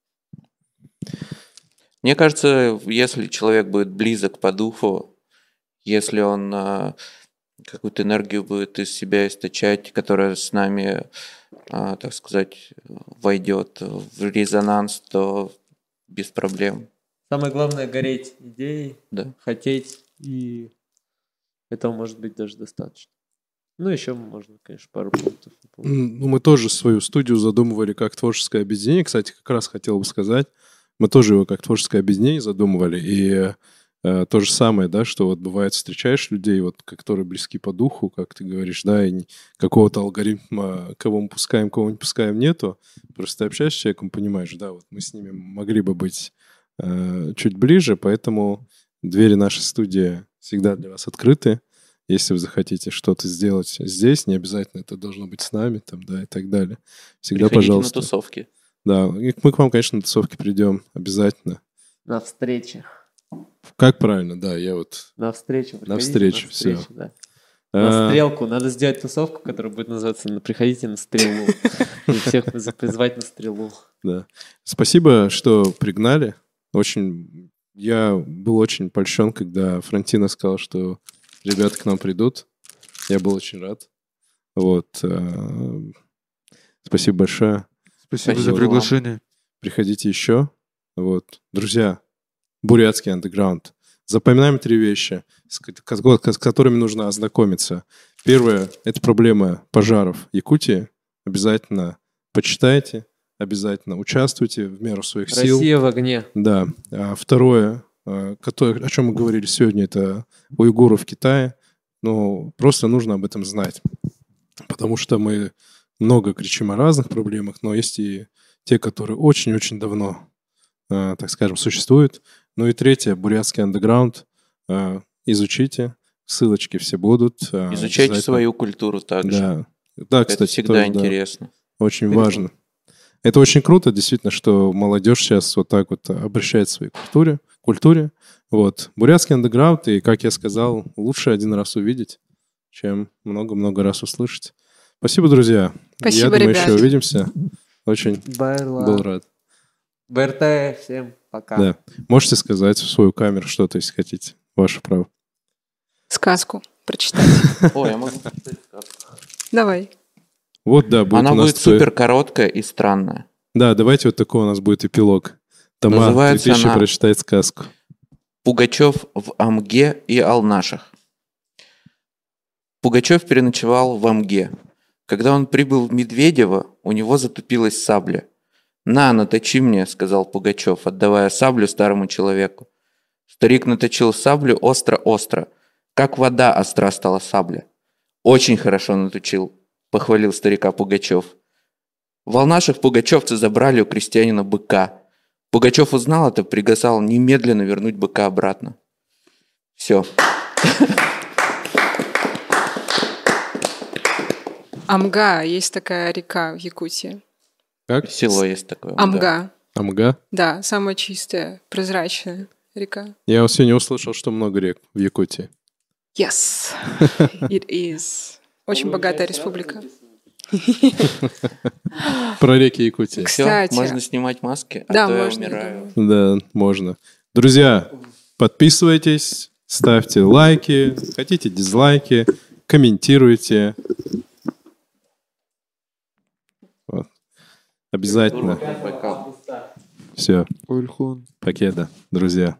Мне кажется, если человек будет близок по духу, если он а, какую-то энергию будет из себя источать, которая с нами, а, так сказать, войдет в резонанс, то без проблем. Самое главное — гореть идеей, Да. хотеть, и этого может быть даже достаточно. Ну, еще можно, конечно, пару пунктов. М, Ну, мы тоже свою студию задумывали как творческое объединение. Кстати, как раз хотел бы сказать, мы тоже его как творческое объединение задумывали. И э, то же самое, да, что вот бывает, встречаешь людей, вот, которые близки по духу, как ты говоришь, да, и не- какого-то алгоритма, кого мы пускаем, кого не пускаем, нету. Просто ты общаешься с человеком, понимаешь, да, вот мы с ними могли бы быть э, чуть ближе, поэтому двери нашей студии всегда для вас открыты. Если вы захотите что-то сделать здесь, не обязательно это должно быть с нами, там, да, и так далее. Всегда, Приходите пожалуйста. на тусовки. Да, и мы к вам, конечно, на тусовки придем обязательно. На встречах. Как правильно, да, я вот... На встречу. На встречу, на встречу, все. да. На А, стрелку. Надо сделать тусовку, которая будет называться «Приходите на стрелу». И всех призвать на стрелу. Да. Спасибо, что пригнали. Очень... Я был очень польщен, когда Франтина сказал, что ребята к нам придут. Я был очень рад. Вот. а, Спасибо большое. Спасибо, Спасибо за вам. приглашение. Приходите еще. Вот. Друзья, бурятский андеграунд. Запоминаем три вещи, с ко- ко- с которыми нужно ознакомиться. Первое – это проблема пожаров Якутии. Обязательно почитайте, обязательно участвуйте в меру своих сил. Россия в огне. Да. А второе, а, которое- о чем мы говорили сегодня, это уйгуры в Китае. Ну, просто нужно об этом знать. Потому что мы много кричим о разных проблемах, но есть и те, которые очень-очень давно, а, так скажем, существуют. Ну и третье, бурятский андеграунд. А, Изучите, ссылочки все будут. а, Изучайте обязательно. свою культуру также. Да, да, Это кстати, всегда тоже, да. интересно. Очень Перед- важно. Это очень круто, действительно, что молодежь сейчас вот так вот обращается к своей культуре. культуре. Вот. Бурятский андеграунд, и, как я сказал, лучше один раз увидеть, чем много-много раз услышать. Спасибо, друзья. Спасибо, я думаю, ребят. еще увидимся. Очень был рад. БРТ, всем пока. Да. Можете сказать в свою камеру что-то, если хотите. Ваше право. Сказку прочитать. Ой, я могу прочитать сказку. Давай. Вот, да, будет Она у нас... будет твой- супер короткая и странная. Да, давайте вот такой у нас будет эпилог. Тома, Называется три тысячи она- прочитает сказку. Пугачев в Амге и Алнашах. Пугачев переночевал в Амге. Когда он прибыл в Медведево, у него затупилась сабля. «На, наточи мне», — сказал Пугачев, отдавая саблю старому человеку. Старик наточил саблю остро-остро. Как вода остра стала сабля. «Очень хорошо наточил», — похвалил старика Пугачев. В Алнашах пугачевцы забрали у крестьянина быка. Пугачев узнал это, приказал немедленно вернуть быка обратно. Все. Амга. Есть такая река в Якутии. Как? Село есть такое. да. Амга. Амга? Да, самая чистая, прозрачная река. Я вот сегодня услышал, что много рек в Якутии. Yes, it is. Очень богатая республика. Про реки Якутии. Все, Кстати. можно снимать маски, а Да, то я можно, я умираю. думаю. Да, можно. Друзья, подписывайтесь, ставьте лайки, хотите дизлайки, комментируйте. Вот. Обязательно. Байкал. Все, Ольхон. покеда, друзья.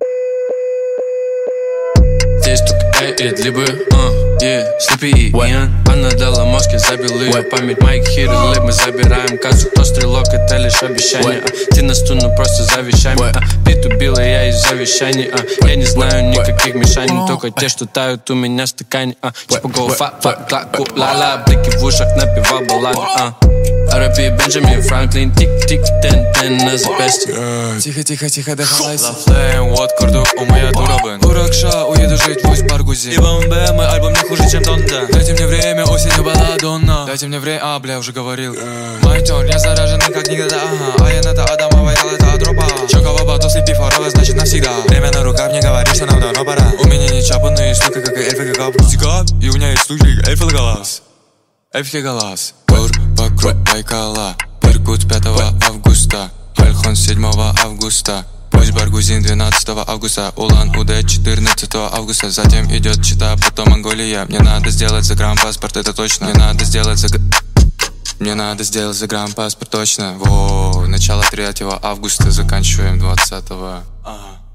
Здесь только эй, либо, uh, yeah, Слипи и Иэн. Она дала мозги, забил ее память. Майк Хирли, мы забираем кассу. То стрелок, это лишь обещание. а. Ты на стуну просто за вещами. а. Бит убила я из завещаний. а. Я не знаю никаких мешаний, только те, что тают у меня в стакане. а. Типа go fuck, fuck, клаку, ла-ла. Блики в ушах, напевал баллады. а. ар энд би, Бенджамин Франклин. Тик-тик, тен-тен на запястье. Тихо, тихо, тихо, дохалайся. Лафлейм, вот курдук, у моя дура бен. Уракша, уеду жить в Усть-Баргузи. И Бомбе, мой альбом не хуже, чем Донда. Дайте мне время, осенью балладонна. Дайте мне время, а, бля, уже говорил. Майтон, я зараженный как никогда, ага. А я на то Адама, вайтал, это дропа. Чокова, то слепи, форова, значит навсегда. Время на рукав, не говори, что нам давно пора. У меня не чапанные штуки, как и эльфы, как апустикат. И у меня есть случай, как эльфы голос. Эльфи голос. Тур вокруг Байкала. Иркут с пятого августа. Ольхон с седьмого августа. Усть-Баргузин двенадцатого августа. Улан-Удэ четырнадцатого августа. Затем идет Чита, потом Монголия. Мне надо сделать загранпаспорт, это точно. Мне надо сделать заг... Мне надо сделать загранпаспорт, точно. Во, начало третьего августа, заканчиваем двадцатого. Ага.